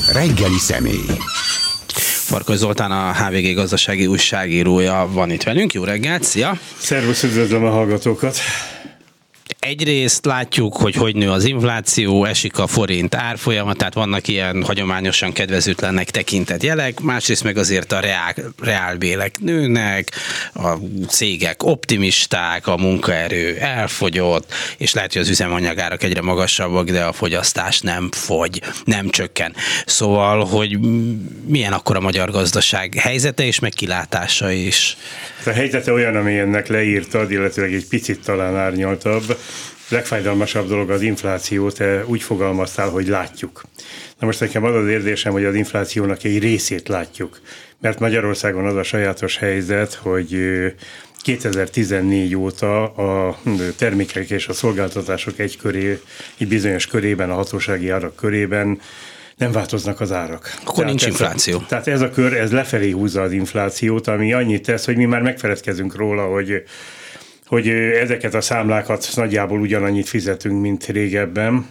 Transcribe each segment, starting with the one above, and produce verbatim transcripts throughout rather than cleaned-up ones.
Reggeli személy. Farkas Zoltán, a há vé gé gazdasági újságírója van itt velünk. Jó reggelt, szia! Szervusz, üdvözlöm a hallgatókat! Egyrészt látjuk, hogy hogy nő az infláció, esik a forint árfolyama, tehát vannak ilyen hagyományosan kedvezőtlennek tekintett jelek, másrészt meg azért a reál, reálbélek nőnek, a cégek optimisták, a munkaerő elfogyott, és lehet, hogy az üzemanyagárak egyre magasabbak, de a fogyasztás nem fogy, nem csökken. Szóval, hogy milyen akkor a magyar gazdaság helyzete és meg kilátása is? A helyzete olyan, amilyennek leírtad, illetőleg egy picit talán árnyaltabb. Legfájdalmasabb dolog az infláció, te úgy fogalmaztál, hogy látjuk. Na most nekem az az érzésem, hogy az inflációnak egy részét látjuk. Mert Magyarországon az a sajátos helyzet, hogy kétezer-tizennégy óta a termékek és a szolgáltatások egy köré, egy bizonyos körében, a hatósági árak körében nem változnak az árak. Akkor tehát nincs infláció. A, tehát ez a kör, ez lefelé húzza az inflációt, ami annyit tesz, hogy mi már megfeledkezünk róla, hogy, hogy ezeket a számlákat nagyjából ugyanannyit fizetünk, mint régebben.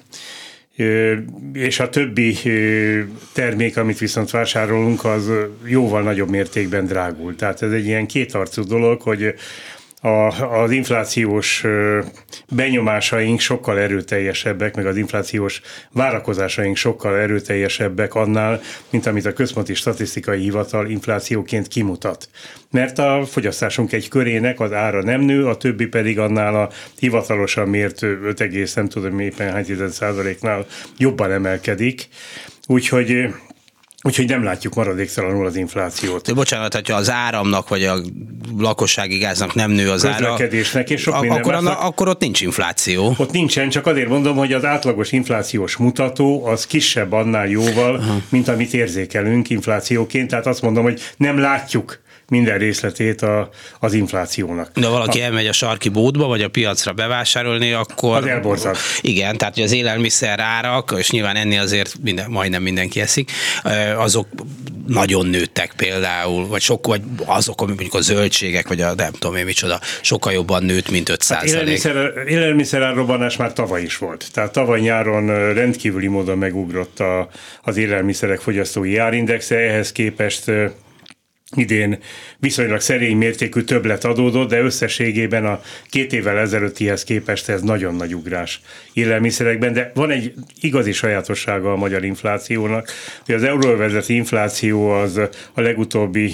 És a többi termék, amit viszont vásárolunk, az jóval nagyobb mértékben drágul. Tehát ez egy ilyen kétarcú dolog, hogy A, az inflációs benyomásaink sokkal erőteljesebbek, meg az inflációs várakozásaink sokkal erőteljesebbek annál, mint amit a Központi Statisztikai Hivatal inflációként kimutat. Mert a fogyasztásunk egy körének az ára nem nő, a többi pedig annál a hivatalosan mért öt egész nem tudom éppen hány tized százaléknál jobban emelkedik. Úgyhogy Úgyhogy nem látjuk maradéktalanul az inflációt. De bocsánat, hogyha az áramnak vagy a lakossági gáznak nem nő az ára, és sok a, akkor, anna, akkor ott nincs infláció. Ott nincsen, csak azért mondom, hogy az átlagos inflációs mutató az kisebb annál jóval, uh-huh. mint amit érzékelünk inflációként. Tehát azt mondom, hogy nem látjuk minden részletét a, az inflációnak. De valaki a, elmegy a sarki bódba, vagy a piacra bevásárolni, akkor... Az elborzad. Igen, tehát hogy az élelmiszer árak, és nyilván enni azért minden, majdnem mindenki eszik, azok nagyon nőttek például, vagy sok, vagy azok, mondjuk a zöldségek, vagy a nem tudom én micsoda, sokkal jobban nőtt, mint öt százalék. Hát élelmiszer, élelmiszerárrobbanás már tavaly is volt. Tehát tavaly nyáron rendkívüli módon megugrott a, az élelmiszerek fogyasztói árindexe, ehhez képest idén viszonylag szerény mértékű többlet adódott, de összességében a két évvel ezelőttihez képest ez nagyon nagy ugrás élelmiszerekben, de van egy igazi sajátossága a magyar inflációnak, hogy az euróövezeti infláció az a legutóbbi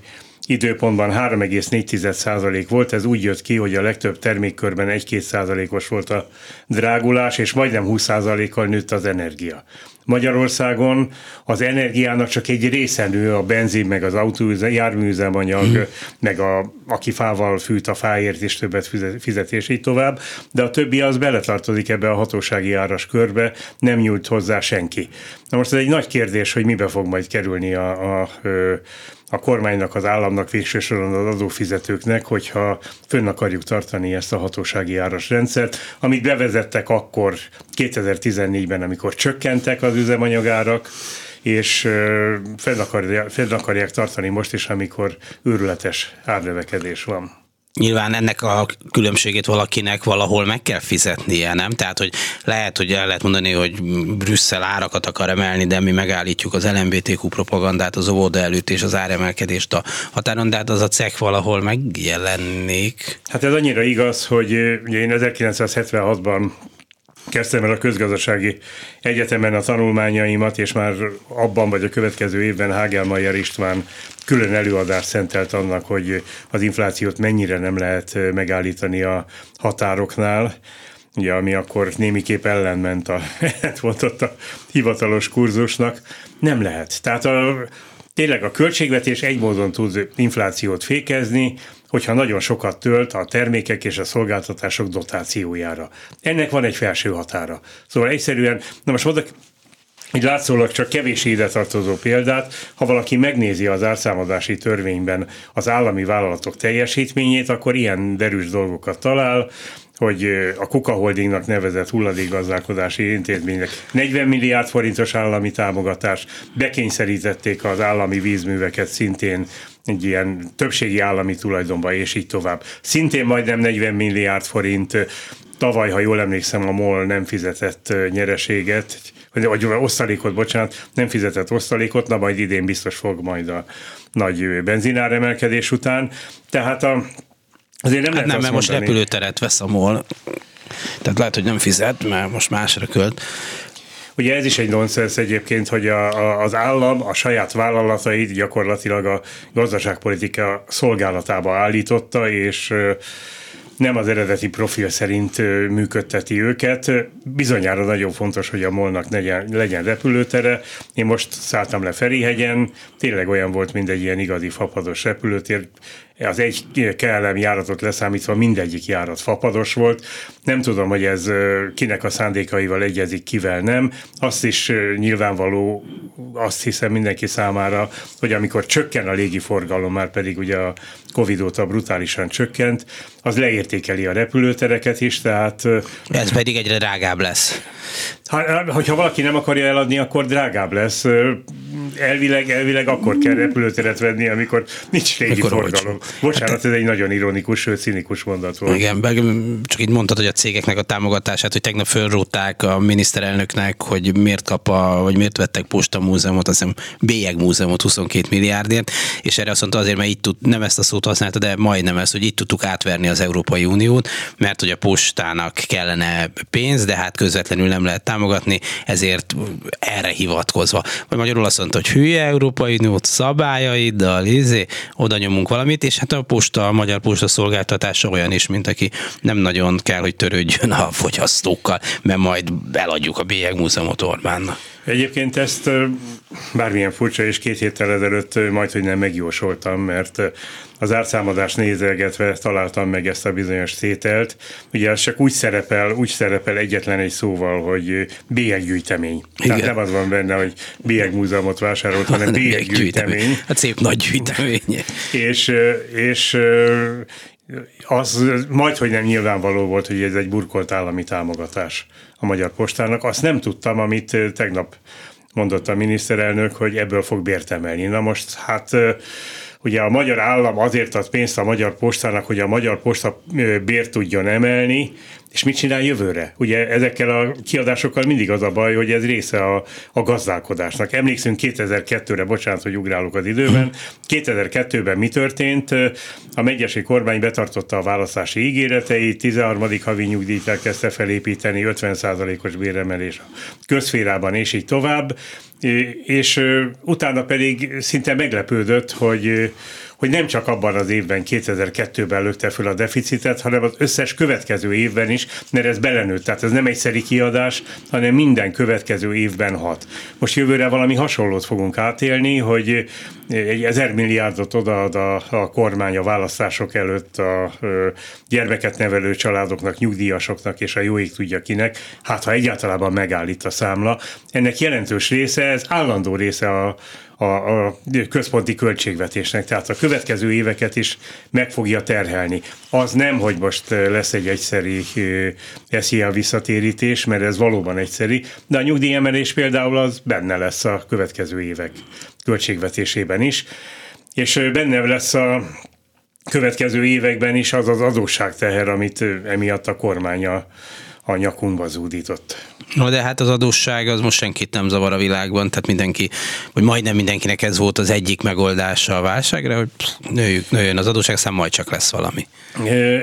időpontban három egész négy százalék volt, ez úgy jött ki, hogy a legtöbb termékkörben egy-két százalékos volt a drágulás, és majdnem húsz százalékkal nőtt az energia. Magyarországon az energiának csak egy része nő, a benzin, meg az autó, járműüzemanyag, hmm. meg a, aki fával fűt, a fáért is többet fizet, és így tovább, de a többi az beletartozik ebbe a hatósági áras körbe, nem nyújt hozzá senki. Na most ez egy nagy kérdés, hogy mibe fog majd kerülni a, a, a kormánynak, az államnak, végső soron az adófizetőknek, hogyha fönn akarjuk tartani ezt a hatósági áras rendszert, amit bevezettek akkor kétezer-tizennégyben, amikor csökkentek az üzemanyagárak, és fenn akarják, fenn akarják tartani most is, amikor őrületes árnövekedés van. Nyilván ennek a különbségét valakinek valahol meg kell fizetnie, nem? Tehát, hogy lehet, hogy el lehet mondani, hogy Brüsszel árakat akar emelni, de mi megállítjuk az el em bé té kú propagandát, az óvoda előtt és az áremelkedést a határon, de hát az a cég valahol megjelennék. Hát ez annyira igaz, hogy ugye én ezerkilencszázhetvenhatban kezdtem el a Közgazdasági Egyetemen a tanulmányaimat, és már abban vagy a következő évben Hagelmayer István külön előadást szentelt annak, hogy az inflációt mennyire nem lehet megállítani a határoknál, ugye, ami akkor némiképp ellenment a, mondott a hivatalos kurzusnak. Nem lehet. Tehát a, tényleg a költségvetés egy módon tud inflációt fékezni, hogyha nagyon sokat tölt a termékek és a szolgáltatások dotációjára. Ennek van egy felső határa. Szóval egyszerűen, na most mondok egy látszólag csak kevés ide tartozó példát, ha valaki megnézi az árszámadási törvényben az állami vállalatok teljesítményét, akkor ilyen derűs dolgokat talál, hogy a Kuka Holdingnak nevezett hulladékgazdálkodási intézménynek negyven milliárd forintos állami támogatás, bekényszerítették az állami vízműveket szintén egy ilyen többségi állami tulajdonba, és így tovább. Szintén majdnem negyven milliárd forint, tavaly, ha jól emlékszem, a MOL nem fizetett nyereséget, vagy, vagy osztalékot, bocsánat, nem fizetett osztalékot, na majd idén biztos fog majd a nagy benzinár emelkedés után. Tehát a, azért nem hát lehet nem, azt mert most mondani. repülőteret vesz a MOL, tehát lehet, hogy nem fizet, mert most másra költ. Ugye ez is egy nonsens egyébként, hogy a, a, az állam a saját vállalatait gyakorlatilag a gazdaságpolitika szolgálatába állította, és nem az eredeti profil szerint működteti őket. Bizonyára nagyon fontos, hogy a MOL-nak legyen, legyen repülőtere. Én most szálltam le Ferihegyen, tényleg olyan volt, mint egy ilyen igazi fapados repülőtér. Az egy ká el em járatot leszámítva mindegyik járat fapados volt. Nem tudom, hogy ez kinek a szándékaival egyezik, kivel nem. Azt is nyilvánvaló, azt hiszem mindenki számára, hogy amikor csökken a légiforgalom, már pedig ugye a Covid óta brutálisan csökkent, az leértékeli a repülőtereket is, tehát... Ez pedig egyre drágább lesz. Ha, hogyha valaki nem akarja eladni, akkor drágább lesz. Elvileg, elvileg akkor kell repülőteret venni, amikor nincs légiforgalom. Bocsánat, ez egy nagyon ironikus, sőt, cinikus mondat volt. Igen, csak így mondtad, hogy a cégeknek a támogatását, hogy tegnap fölrótták a miniszterelnöknek, hogy miért kap a, vagy miért vettek Postamúzeumot, azt hiszem Bélyegmúzeumot huszonkét milliárdért, és erre azt mondta azért, mert így tud, nem ezt a szót használta, de majdnem ezt, hogy így tudtuk átverni az Európai Uniót, mert hogy a postának kellene pénz, de hát közvetlenül nem lehet támogatni, ezért erre hivatkozva. Vagy magyarul azt mondta, hogy hülye Európai Uniót szabályaiddal, izé, oda nyomunk valamit, és hát a posta, a magyar posta szolgáltatása olyan is, mint aki nem nagyon kell, hogy törődjön a fogyasztókkal, mert majd eladjuk a Bélyegmúzeumot Orbánnak. Egyébként ezt bármilyen furcsa, és két héttel ezelőtt majdhogy nem megjósoltam, mert az árszámadást nézelgetve találtam meg ezt a bizonyos tételt. Ugye ez csak úgy szerepel, úgy szerepel egyetlen egy szóval, hogy bélyeggyűjtemény. Tehát nem az van benne, hogy Bélyegmúzeumot vásárolt, hanem bélyeggyűjtemény. A szép nagy gyűjtemény. és, és az majdhogy nem nyilvánvaló volt, hogy ez egy burkolt állami támogatás a Magyar Postának. Azt nem tudtam, amit tegnap mondott a miniszterelnök, hogy ebből fog bért emelni. Na most hát ugye a magyar állam azért ad pénzt a Magyar Postának, hogy a Magyar Posta bért tudjon emelni, és mit csinál jövőre? Ugye ezekkel a kiadásokkal mindig az a baj, hogy ez része a, a gazdálkodásnak. Emlékszünk kétezer-kettőre, bocsánat, hogy ugrálok az időben. kétezer-kettőben mi történt? A megyesi kormány betartotta a választási ígéreteit, tizenharmadik havi nyugdíjt elkezdte felépíteni, ötven százalékos béremelés a közszférában, és így tovább. És utána pedig szinte meglepődött, hogy hogy nem csak abban az évben, kétezer-kettőben lökte föl a deficitet, hanem az összes következő évben is, mert ez belenőtt. Tehát ez nem egyszeri kiadás, hanem minden következő évben hat. Most jövőre valami hasonlót fogunk átélni, hogy egy ezer milliárdot odaad a, a kormány a választások előtt a gyermeket nevelő családoknak, nyugdíjasoknak és a jó ég tudja kinek, hát ha egyáltalában megállít a számla. Ennek jelentős része, ez állandó része a A, a központi költségvetésnek, tehát a következő éveket is meg fogja terhelni. Az nem, hogy most lesz egy egyszeri es zé á visszatérítés, mert ez valóban egyszeri, de a nyugdíjemelés például az benne lesz a következő évek költségvetésében is, és benne lesz a következő években is az az adósságteher, amit emiatt a kormány a, a nyakunkba zúdított. No, de hát az adósság az most senkit nem zavar a világban, tehát mindenki, vagy majdnem mindenkinek ez volt az egyik megoldása a válságra, hogy nőjük, nőjön az adósságszám, majd csak lesz valami. E,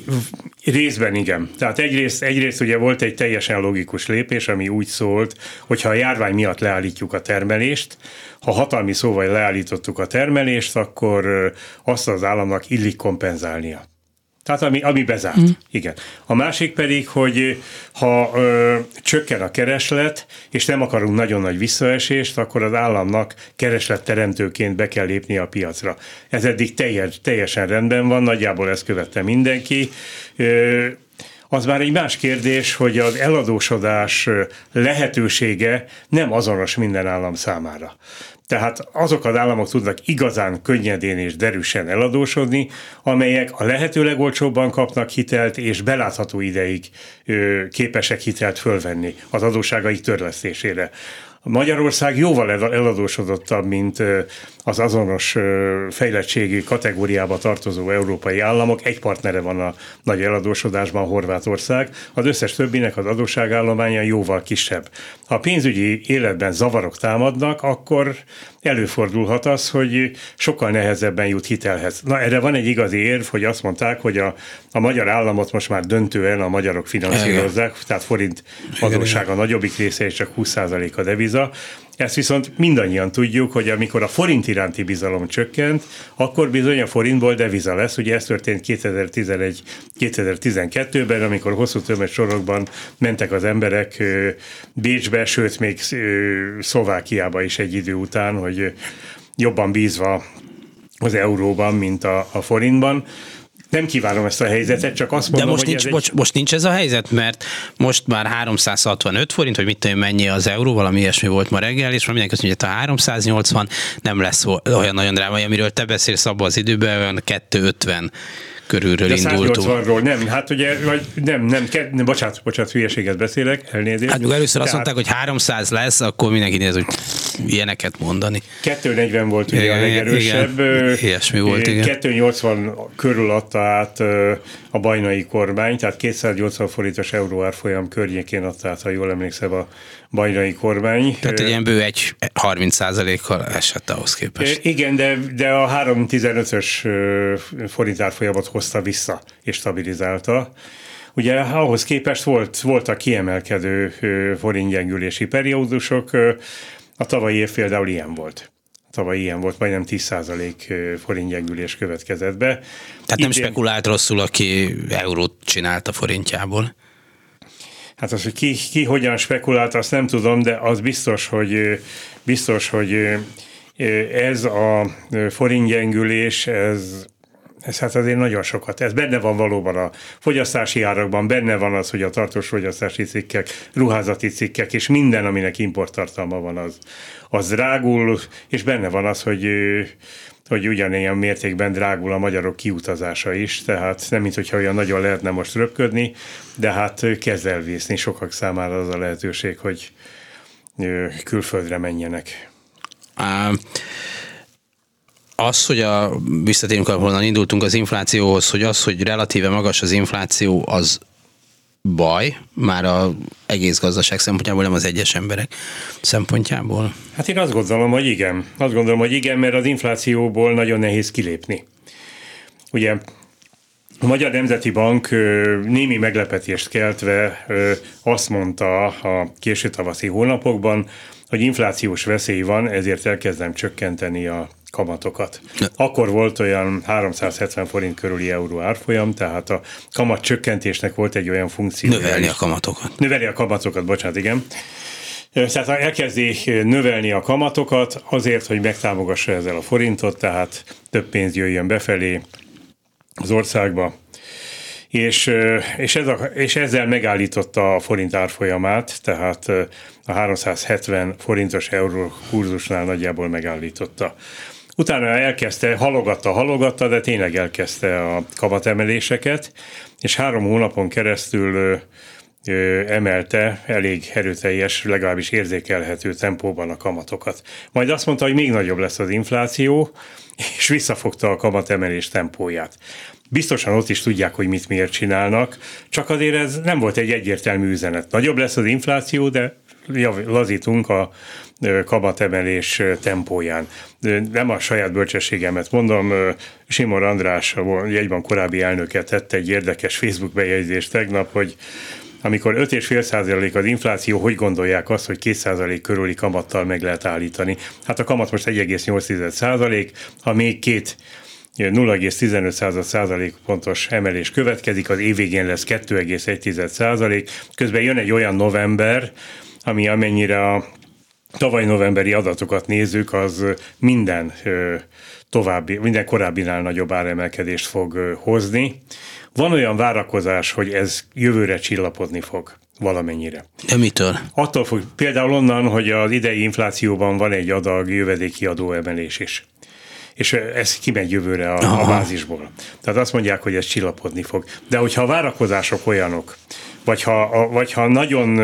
részben igen. Tehát egyrészt, egyrészt ugye volt egy teljesen logikus lépés, ami úgy szólt, hogyha a járvány miatt leállítjuk a termelést, ha hatalmi szóval leállítottuk a termelést, akkor azt az államnak illik kompenzálnia. Tehát ami, ami bezárt. Mm. Igen. A másik pedig, hogy ha ö, csökken a kereslet, és nem akarunk nagyon nagy visszaesést, akkor az államnak keresletteremtőként be kell lépni a piacra. Ez eddig teljes, teljesen rendben van, nagyjából ezt követte mindenki. Ö, Az már egy más kérdés, hogy az eladósodás lehetősége nem azonos minden állam számára. Tehát azok az államok tudnak igazán könnyedén és derűsen eladósodni, amelyek a lehető legolcsóbban kapnak hitelt, és belátható ideig ö, képesek hitelt fölvenni az adósságaik törlesztésére. Magyarország jóval eladósodottabb, mint az azonos fejlettségi kategóriába tartozó európai államok. Egy partnere van a nagy eladósodásban, Horvátország. Az összes többinek az adósságállománya jóval kisebb. ha a pénzügyi életben zavarok támadnak, akkor előfordulhat az, hogy sokkal nehezebben jut hitelhez. Na, erre van egy igazi érv, hogy azt mondták, hogy a, a magyar államot most már döntően a magyarok finanszírozzák, igen. Tehát forint adóssága nagyobbik része, és csak húsz százalék a deviza. Ezt viszont mindannyian tudjuk, hogy amikor a forint iránti bizalom csökkent, akkor bizony a forintból deviza lesz. Ugye ez történt kétezer-tizenegy kétezer-tizenkettőben, amikor hosszú tömeg sorokban mentek az emberek Bécsbe, sőt még Szlovákiába is egy idő után, hogy jobban bízva az euróban, mint a, a forintban. Nem kívánom ezt a helyzetet, csak azt mondom, de most hogy nincs, ez bocs, egy... most nincs ez a helyzet, mert most már háromszázhatvanöt forint, vagy mit tudom, mennyi az euró, valami ilyesmi volt ma reggel, és már mindenki azt mondja, hogy a háromszáznyolcvan nem lesz olyan nagyon dráma, amiről te beszélsz abban az időben, olyan kétszázötven körülről de indultunk. száznyolcvanról nem, hát ugye, vagy nem, nem, nem, bocsánat, bocsánat, hülyeséget beszélek, elnézést. Hát először Tehát, azt mondták, hogy háromszáz lesz, akkor mindenki néz, hogy ilyeneket mondani. kétszáznegyven volt ugye igen, a legerősebb. Igen, ilyesmi volt, igen. kétszáznyolcvan körül adta át a bajnai kormány, tehát kétszáznyolcvan forintos euró árfolyam környékén adta át, ha jól emlékszem, a bajnai kormány. Tehát egy ilyen bő egy harminc százalékkal esett ahhoz képest. Igen, de, de a három egész tizenötös forint árfolyamot hozta vissza és stabilizálta. Ugye ahhoz képest volt, voltak kiemelkedő forintgyengülési periódusok, a tavalyi év például ilyen volt. Tavaly ilyen volt, majdnem tíz százalék forintgyengülés következett be. Tehát Idén... nem spekulált rosszul, aki eurót csinált a forintjából? Hát az, hogy ki, ki hogyan spekulált, azt nem tudom, de az biztos, hogy, biztos, hogy ez a forintgyengülés, ez, ez hát azért nagyon sokat. Ez benne van valóban a fogyasztási árakban, benne van az, hogy a tartós fogyasztási cikkek, ruházati cikkek, és minden, aminek importtartalma van, az, az drágul, és benne van az, hogy hogy ugyanilyen mértékben drágul a magyarok kiutazása is, tehát nem mint hogyha olyan nagyon lehetne most röpködni, de hát kezd elvészni sokak számára az a lehetőség, hogy külföldre menjenek. Az, hogy a, visszatérünk, ahonnan indultunk az inflációhoz, hogy az, hogy relatíve magas az infláció, az baj, már az egész gazdaság szempontjából, nem az egyes emberek szempontjából? Hát én azt gondolom, hogy igen. Azt gondolom, hogy igen, mert az inflációból nagyon nehéz kilépni. Ugye a Magyar Nemzeti Bank némi meglepetést keltve azt mondta a késő tavaszi hónapokban, hogy inflációs veszély van, ezért elkezdem csökkenteni a kamatokat. Akkor volt olyan háromszázhetven forint körüli euró árfolyam, tehát a kamat csökkentésnek volt egy olyan funkció. Növelni a kamatokat. Növelni a kamatokat, bocsánat, igen. Tehát elkezdi növelni a kamatokat azért, hogy megtámogassa ezzel a forintot, tehát több pénz jöjjön befelé az országba. És, és, ez a, és ezzel megállította a forint árfolyamát, tehát a háromszázhetven forintos euró kurzusnál nagyjából megállította. Utána elkezdte, halogatta, halogatta, de tényleg elkezdte a kamatemeléseket, és három hónapon keresztül ö, ö, emelte elég erőteljes, legalábbis érzékelhető tempóban a kamatokat. Majd azt mondta, hogy még nagyobb lesz az infláció, és visszafogta a kamatemelés tempóját. Biztosan ott is tudják, hogy mit miért csinálnak, csak azért ez nem volt egy egyértelmű üzenet. Nagyobb lesz az infláció, de lazítunk a kamatemelés tempóján. Nem a saját bölcsességemet mondom, Simon András, a jegybank korábbi elnöke tette egy érdekes Facebook bejegyzést tegnap, hogy amikor öt egész öt százalék az infláció, hogy gondolják azt, hogy két százalék körüli kamattal meg lehet állítani? Hát a kamat most egy egész nyolc százalék, ha még két nulla egész tizenöt százalék pontos emelés következik, az év végén lesz kettő egész egy százalék, közben jön egy olyan november, ami amennyire a tavaly novemberi adatokat nézzük, az minden további, minden korábbinál nagyobb áremelkedést fog hozni. Van olyan várakozás, hogy ez jövőre csillapodni fog valamennyire. De mitől? Attól fog, például onnan, hogy az idei inflációban van egy adag jövedéki adóemelés is. És ez kimegy jövőre a, a bázisból. Tehát azt mondják, hogy ez csillapodni fog. De hogyha a várakozások olyanok, vagy ha, vagy ha nagyon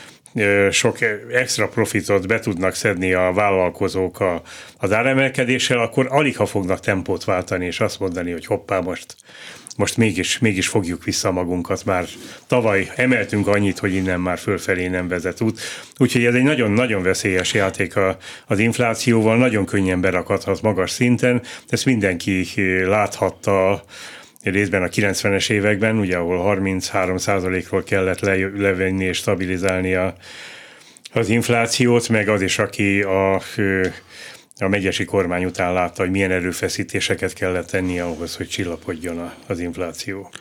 sok extra profitot be tudnak szedni a vállalkozók a, az áremelkedéssel, akkor alig ha fognak tempót váltani, és azt mondani, hogy hoppá, most, most mégis, mégis fogjuk vissza magunkat, már tavaly emeltünk annyit, hogy innen már fölfelé nem vezet út. Úgyhogy ez egy nagyon-nagyon veszélyes játék a, az inflációval, nagyon könnyen berakadhat magas szinten, ezt mindenki láthatta részben a kilencvenes években, ugye ahol harminchárom százalékról kellett le, levenni és stabilizálni a, az inflációt, meg az is, aki a, a megyesi kormány után látta, hogy milyen erőfeszítéseket kellett tenni ahhoz, hogy csillapodjon az infláció.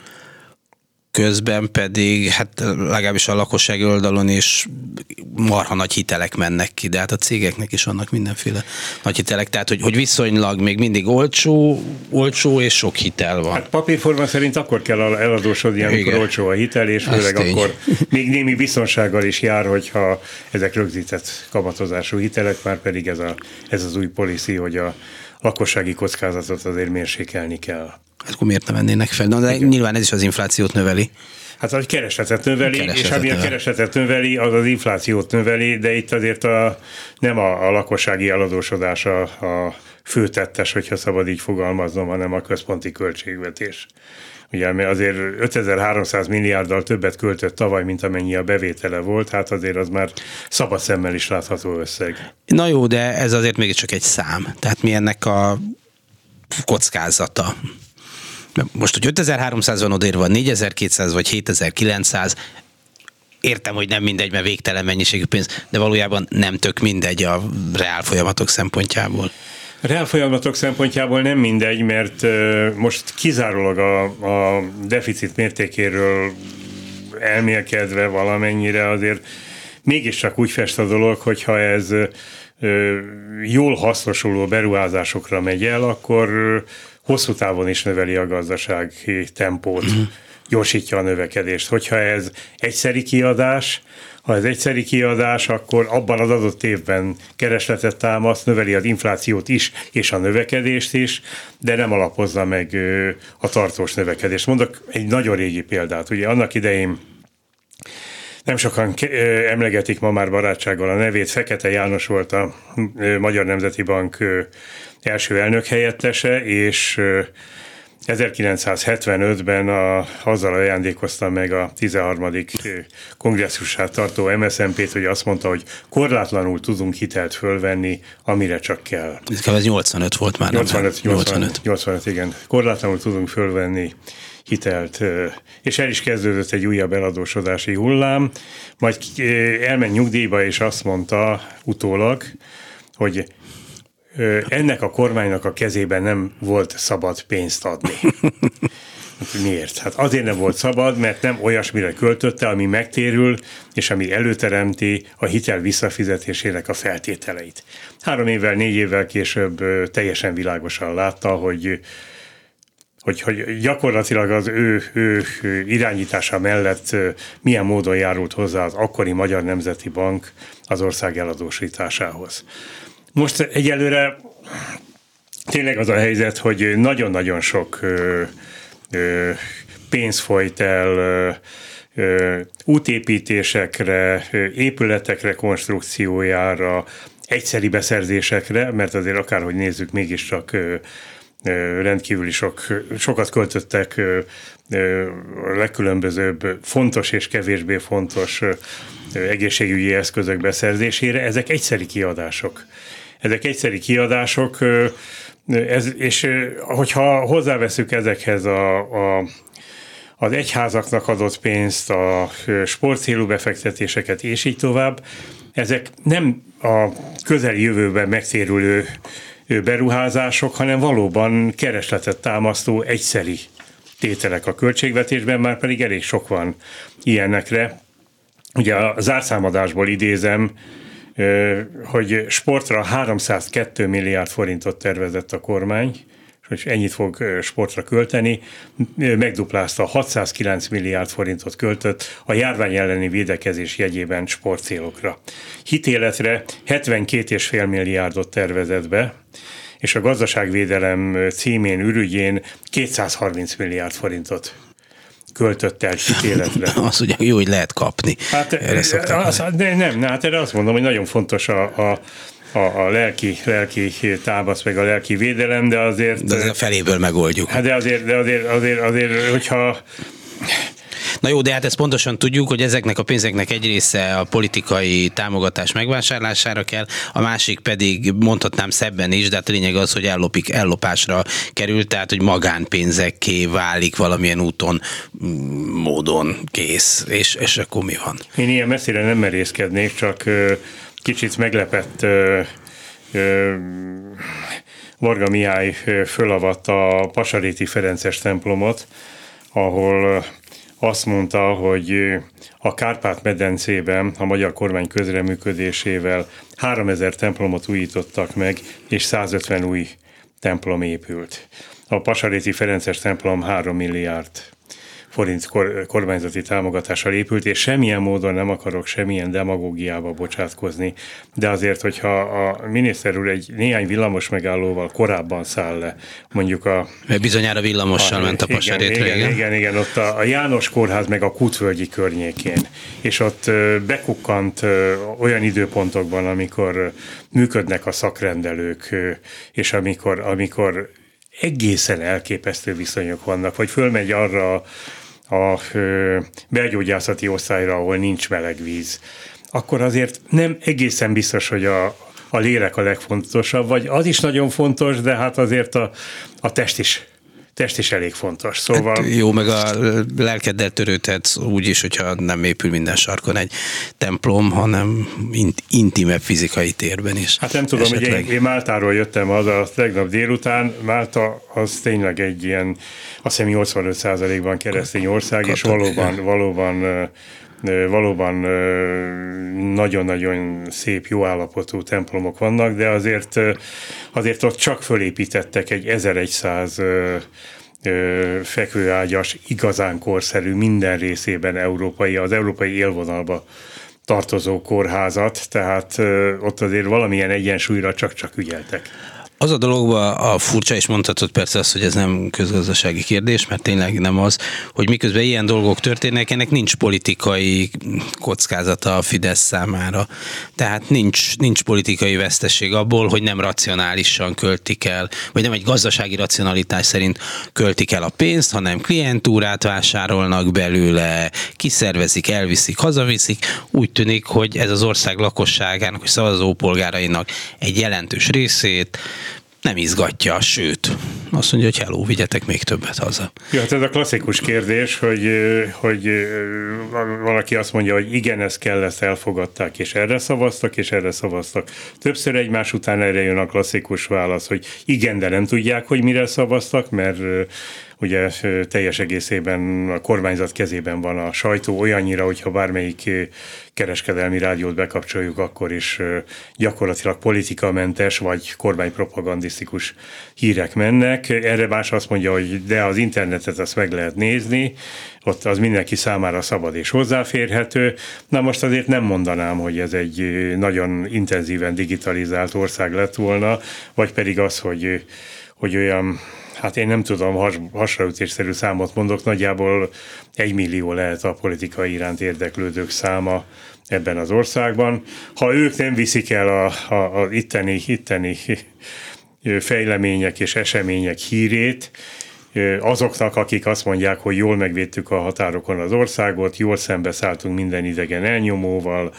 Közben pedig, hát legalábbis a lakossági oldalon is marha nagy hitelek mennek ki, de hát a cégeknek is vannak mindenféle nagy hitelek, tehát hogy, hogy viszonylag még mindig olcsó, olcsó és sok hitel van. Hát papírforma szerint akkor kell eladósodni, amikor igen, olcsó a hitel, és főleg akkor még némi biztonsággal is jár, hogyha ezek rögzített kamatozású hitelek, már pedig ez, a, ez az új policy, hogy a lakossági kockázatot azért mérsékelni kell. Hát akkor miért nem vennének fel? De igen, nyilván ez is az inflációt növeli. Hát a keresletet növeli, keresletet és ami a keresletet növeli, az az inflációt növeli, de itt azért a, nem a, a lakossági eladósodás a, a főtettes, hogyha szabad így fogalmaznom, hanem a központi költségvetés. Ugye azért ötezer-háromszáz milliárddal többet költött tavaly, mint amennyi a bevétele volt, hát azért az már szabad szemmel is látható összeg. Na jó, de ez azért mégiscsak egy szám. Tehát mi ennek a kockázata? Most, hogy ötezer-háromszáz van odaírva, négyezer-kétszáz vagy hétezer-kilencszáz, értem, hogy nem mindegy, mert végtelen mennyiségű pénz, de valójában nem tök mindegy a reál folyamatok szempontjából. A reál folyamatok szempontjából nem mindegy, mert most kizárólag a, a deficit mértékéről elmélkedve valamennyire azért mégiscsak úgy fest a dolog, hogyha ez jól hasznosuló beruházásokra megy el, akkor hosszú távon is növeli a gazdasági tempót, gyorsítja a növekedést. Hogyha ez egyszeri kiadás, ha ez egyszeri kiadás, akkor abban az adott évben keresletet támaszt, növeli az inflációt is, és a növekedést is, de nem alapozza meg a tartós növekedést. Mondok egy nagyon régi példát. Ugye annak idején nem sokan emlegetik ma már barátsággal a nevét, Fekete János volt a Magyar Nemzeti Bank első elnök helyettese, és ezerkilencszázhetvenötben a, azzal ajándékozta meg a tizenharmadik kongresszusát tartó em es zé en pét, hogy azt mondta, hogy korlátlanul tudunk hitelt fölvenni, amire csak kell. Ez nyolcvanöt volt már. nyolcvanöt, nyolcvanöt, nyolcvanöt, igen. Korlátlanul tudunk fölvenni hitelt, és el is kezdődött egy újabb eladósodási hullám, majd elment nyugdíjba, és azt mondta utólag, hogy ennek a kormánynak a kezében nem volt szabad pénzt adni. Miért? Hát azért nem volt szabad, mert nem olyasmire költötte, ami megtérül, és ami előteremti a hitel visszafizetésének a feltételeit. Három évvel, négy évvel később teljesen világosan látta, hogy Hogy, hogy gyakorlatilag az ő, ő irányítása mellett milyen módon járult hozzá az akkori Magyar Nemzeti Bank az ország eladósításához. Most egyelőre tényleg az a helyzet, hogy nagyon-nagyon sok ö, ö, pénz folyt el ö, ö, útépítésekre, ö, épületek rekonstrukciójára, egyszeri beszerzésekre, mert azért akárhogy nézzük, mégiscsak ö, rendkívüli sok, sokat költöttek a legkülönbözőbb fontos és kevésbé fontos egészségügyi eszközök beszerzésére. Ezek egyszeri kiadások. Ezek egyszeri kiadások, ez, és hogyha hozzáveszünk ezekhez a, a, az egyházaknak adott pénzt, a sportcélú befektetéseket és így tovább, ezek nem a közeli jövőben megtérülő beruházások, hanem valóban keresletet támasztó egyszeri tételek a költségvetésben, már pedig elég sok van ilyenekre. Ugye a zárszámadásból idézem, hogy sportra háromszázkettő milliárd forintot tervezett a kormány, és ennyit fog sportra költeni, megduplázta, hatszázkilenc milliárd forintot költött a járvány elleni védekezés jegyében sportcélokra. Hitéletre hetvenkét egész öt milliárdot tervezett be, és a gazdaságvédelem címén, ürügyén kétszázharminc milliárd forintot költött el hitéletre. Az ugye jó, hogy lehet kapni. Hát, az, de nem, hát erre azt mondom, hogy nagyon fontos a, a a, a lelki, lelki támasz, meg a lelki védelem, de azért... De azért a feléből megoldjuk. Hát de azért, de azért, azért, azért, hogyha... Na jó, de hát ezt pontosan tudjuk, hogy ezeknek a pénzeknek egy része a politikai támogatás megvásárlására kell, a másik pedig mondhatnám szebben is, de hát a lényeg az, hogy ellopik, ellopásra kerül, tehát hogy magánpénzekké válik valamilyen úton, módon kész, és, és akkor mi van? Én ilyen messzire nem merészkednék, csak kicsit meglepett Varga Mihály fölavatta a Pasaréti Ferences templomot, ahol azt mondta, hogy a Kárpát-medencében a magyar kormány közreműködésével háromezer templomot újítottak meg, és százötven új templom épült. A Pasaréti Ferences templom három milliárd forint kor, kormányzati támogatással épült, és semmilyen módon nem akarok semmilyen demagógiába bocsátkozni, de azért, hogyha a miniszter úr egy néhány villamos megállóval korábban száll le, mondjuk a... Bizonyára villamossal a, ment a Pasarétre. Igen, igen, igen, igen, ott a, a János Kórház meg a Kútvölgyi környékén, és ott bekukkant olyan időpontokban, amikor működnek a szakrendelők, és amikor, amikor egészen elképesztő viszonyok vannak, vagy fölmegy arra a belgyógyászati osztályra, ahol nincs meleg víz, akkor azért nem egészen biztos, hogy a, a lélek a legfontosabb, vagy az is nagyon fontos, de hát azért a, a test is. test is elég fontos. Szóval... Hát jó, meg a lelkeddel törődhetsz úgy is, hogyha nem épül minden sarkon egy templom, hanem int- intimebb fizikai térben is. Hát nem tudom, esetleg. hogy én, én Máltáról jöttem haza tegnap délután. Málta az tényleg egy ilyen, azt hiszem nyolcvanöt százalékban keresztény ország, Katok, és valóban, valóban valóban nagyon-nagyon szép, jó állapotú templomok vannak, de azért, azért ott csak fölépítettek egy ezerszáz fekvőágyas, igazán korszerű, minden részében európai, az európai élvonalba tartozó kórházat, tehát ott azért valamilyen egyensúlyra csak-csak ügyeltek. Az a dologban a furcsa, és mondhatod persze azt, hogy ez nem közgazdasági kérdés, mert tényleg nem az, hogy miközben ilyen dolgok történnek, ennek nincs politikai kockázata a Fidesz számára. Tehát nincs, nincs politikai veszteség abból, hogy nem racionálisan költik el, vagy nem egy gazdasági racionalitás szerint költik el a pénzt, hanem klientúrát vásárolnak belőle, kiszervezik, elviszik, hazaviszik. Úgy tűnik, hogy ez az ország lakosságának, vagy szavazópolgárainak egy jelentős részét nem izgatja, sőt, azt mondja, hogy hello, vigyetek még többet haza. Ja, hát ez a klasszikus kérdés, hogy, hogy valaki azt mondja, hogy igen, ez kell, ezt elfogadták, és erre szavaztak, és erre szavaztak. Többször egymás után erre jön a klasszikus válasz, hogy igen, de nem tudják, hogy mire szavaztak, mert ugye teljes egészében a kormányzat kezében van a sajtó, olyannyira, hogyha bármelyik kereskedelmi rádiót bekapcsoljuk, akkor is gyakorlatilag politikamentes vagy kormánypropagandisztikus hírek mennek. Erre más azt mondja, hogy de az internetet azt meg lehet nézni, ott az mindenki számára szabad és hozzáférhető. Na most azért nem mondanám, hogy ez egy nagyon intenzíven digitalizált ország lett volna, vagy pedig az, hogy, hogy olyan... Hát én nem tudom, has, hasraütésszerű számot mondok, nagyjából egy millió lehet a politika iránt érdeklődők száma ebben az országban. Ha ők nem viszik el a, a, a itteni, itteni fejlemények és események hírét, azoknak, akik azt mondják, hogy jól megvédtük a határokon az országot, jól szembeszálltunk minden idegen elnyomóval,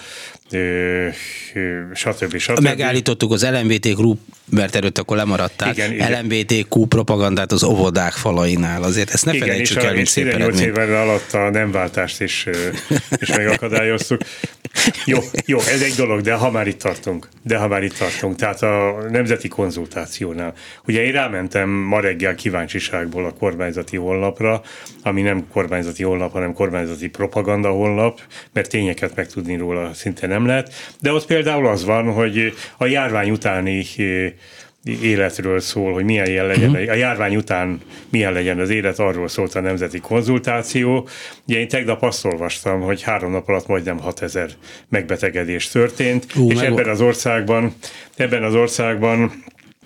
stb. stb. Megállítottuk az el em bé té kú, mert előtt akkor lemaradtál, igen, el em bé té kú propagandát az óvodák falainál. Azért ezt ne igen, felejtsük el, mint szép eredmény. tizennyolc évvel alatt a nemváltást is, is megakadályoztuk. Jó, jó, ez egy dolog, de ha már itt tartunk, de ha már itt tartunk, tehát a nemzeti konzultációnál. Ugye én rámentem ma reggel kíváncsiságból a kormányzati honlapra, ami nem kormányzati honlap, hanem kormányzati propaganda honlap, mert tényeket megtudni róla szinte nem lehet, de ott például az van, hogy a járvány utáni életről szól, hogy milyen ilyen legyen, uh-huh. a járvány után milyen legyen az élet, arról szólt a nemzeti konzultáció. Ugye én tegnap azt olvastam, hogy három nap alatt majdnem hatezer megbetegedés történt, uh, és ebben az országban, ebben az országban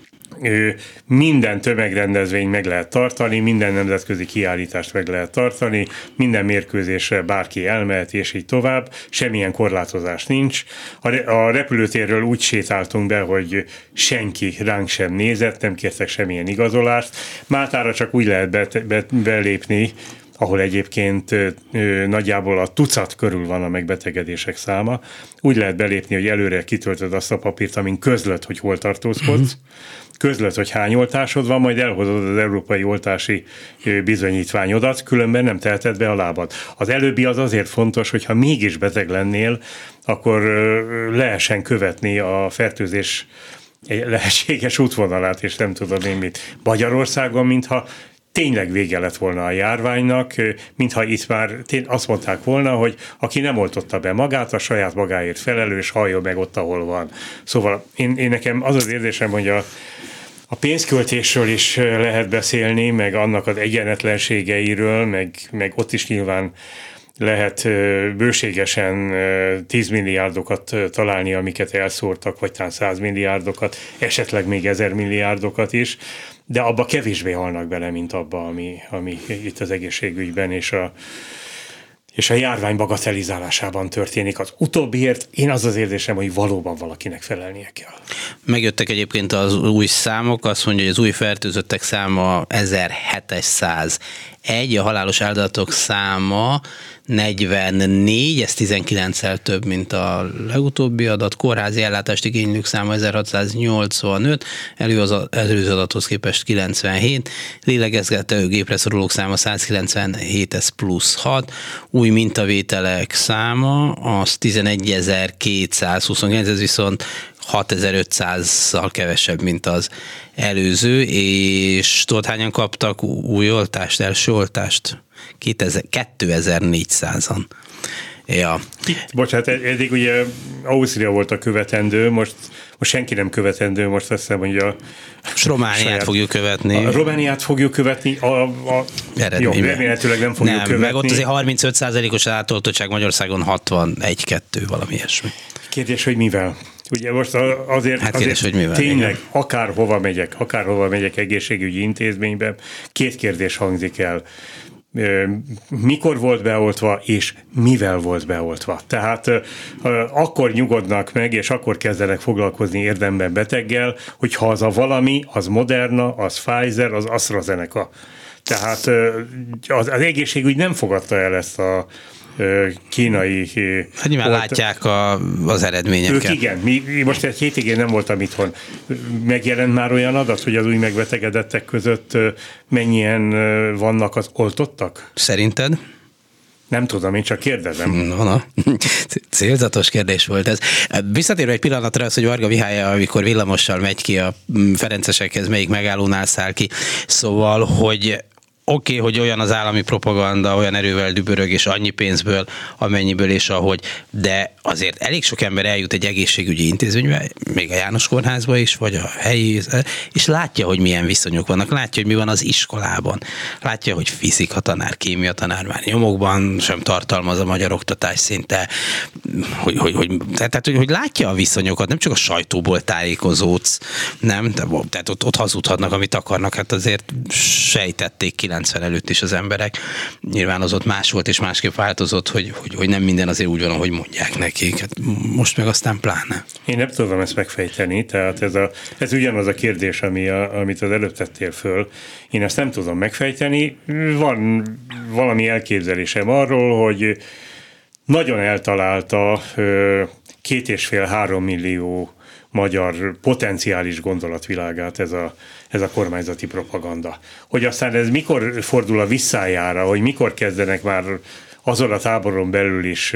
minden tömegrendezvényt meg lehet tartani, minden nemzetközi kiállítást meg lehet tartani, minden mérkőzésre bárki elmehet, és így tovább, semmilyen korlátozás nincs. A repülőtérről úgy sétáltunk be, hogy senki ránk sem nézett, nem kértek semmilyen igazolást. Máltára csak úgy lehet be, be, belépni, ahol egyébként ö, nagyjából a tucat körül van a megbetegedések száma. Úgy lehet belépni, hogy előre kitöltöd azt a papírt, amin közlöd, hogy hol tartózkodsz, közlöd, hogy hány oltásod van, majd elhozod az európai oltási bizonyítványodat, különben nem teheted be a lábad. Az előbbi az azért fontos, hogyha mégis beteg lennél, akkor lehessen követni a fertőzés lehetséges útvonalát, és nem tudom én mit. Magyarországon, mintha tényleg vége lett volna a járványnak, mintha itt már azt mondták volna, hogy aki nem oltotta be magát, a saját magáért felelős, halljon meg ott, ahol van. Szóval én, én nekem az az érzésem, hogy a, a pénzköltésről is lehet beszélni, meg annak az egyenletlenségeiről, meg, meg ott is nyilván lehet bőségesen tíz milliárdokat találni, amiket elszórtak, vagy talán száz milliárdokat, esetleg még ezer milliárdokat is, de abba kevésbé halnak bele, mint abba, ami, ami itt az egészségügyben és a, és a járvány bagatelizálásában történik. Az utóbbiért én az az érzésem, hogy valóban valakinek felelnie kell. Megjöttek egyébként az új számok, azt mondja, hogy az új fertőzöttek száma ezerhétszázegy, a halálos áldozatok száma negyvennégy, ez tizenkilenccel több, mint a legutóbbi adat, kórházi ellátást igénylők száma ezerhatszáznyolcvanöt, előző adathoz képest kilencvenhét, lélegeztetőgépre szorulók száma százkilencvenhét, ez plusz hat, új mintavételek száma az tizenegyezer-kétszázhuszonkilenc, ez viszont hatezer-ötszázzal kevesebb, mint az előző, és tudod, hányan kaptak új oltást, első oltást? kétezer-négyszázan. Ja. Bocsánat, eddig ugye Ausztria volt a követendő, most, most senki nem követendő, most azt hiszem, hogy a most Romániát saját, fogjuk követni. A Romániát fogjuk követni, a, a jó, remélhetőleg nem fogjuk nem, követni. Meg ott azért harmincöt százalékos átoltottság, Magyarországon hatvanegy kettő valami ilyesmi. Kérdés, hogy mivel? Ugye most azért, hát kérdés, azért hogy mivel, tényleg igen. akárhova megyek, akárhova megyek egészségügyi intézményben, két kérdés hangzik el. Mikor volt beoltva, és mivel volt beoltva. Tehát akkor nyugodnak meg, és akkor kezdenek foglalkozni érdemben beteggel, hogyha az a valami, az Moderna, az Pfizer, az AstraZeneca. Tehát az, az egészségügy nem fogadta el ezt a kínai... Hát nyilván volt, látják a, az eredményeket. Ők igen. Mi, most egy hétig én nem voltam itthon. Megjelent már olyan adat, hogy az új megbetegedettek között mennyien vannak az oltottak? Szerinted? Nem tudom, én csak kérdezem. No, no. Célzatos kérdés volt ez. Visszatérve egy pillanatra az, hogy Varga Mihály, amikor villamossal megy ki a ferencesekhez, melyik megállónál száll ki. Szóval, hogy oké, okay, hogy olyan az állami propaganda, olyan erővel dübörög, és annyi pénzből, amennyiből és ahogy, de azért elég sok ember eljut egy egészségügyi intézménybe, még a János Kórházba is, vagy a helyi, és látja, hogy milyen viszonyok vannak, látja, hogy mi van az iskolában, látja, hogy fizika tanár, kémia tanár már nyomokban sem tartalmaz a magyar oktatás szinte, hogy, hogy, hogy, tehát, hogy, hogy látja a viszonyokat, nem csak a sajtóból tájékozódsz, nem? Tehát ott, ott hazudhatnak, amit akarnak, hát azért sejtették kilencven előtt is az emberek. Nyilván az ott más volt és másképp változott, hogy, hogy, hogy nem minden azért úgy van, ahogy mondják nekik. Hát most meg aztán pláne. Én nem tudom ezt megfejteni, tehát ez, a, ez ugyanaz a kérdés, ami a, amit az előbb tettél föl. Én ezt nem tudom megfejteni. Van valami elképzelésem arról, hogy nagyon eltalálta két és fél három millió magyar potenciális gondolatvilágát ez a, ez a kormányzati propaganda. Hogy aztán ez mikor fordul a visszájára, hogy mikor kezdenek már azon a táboron belül is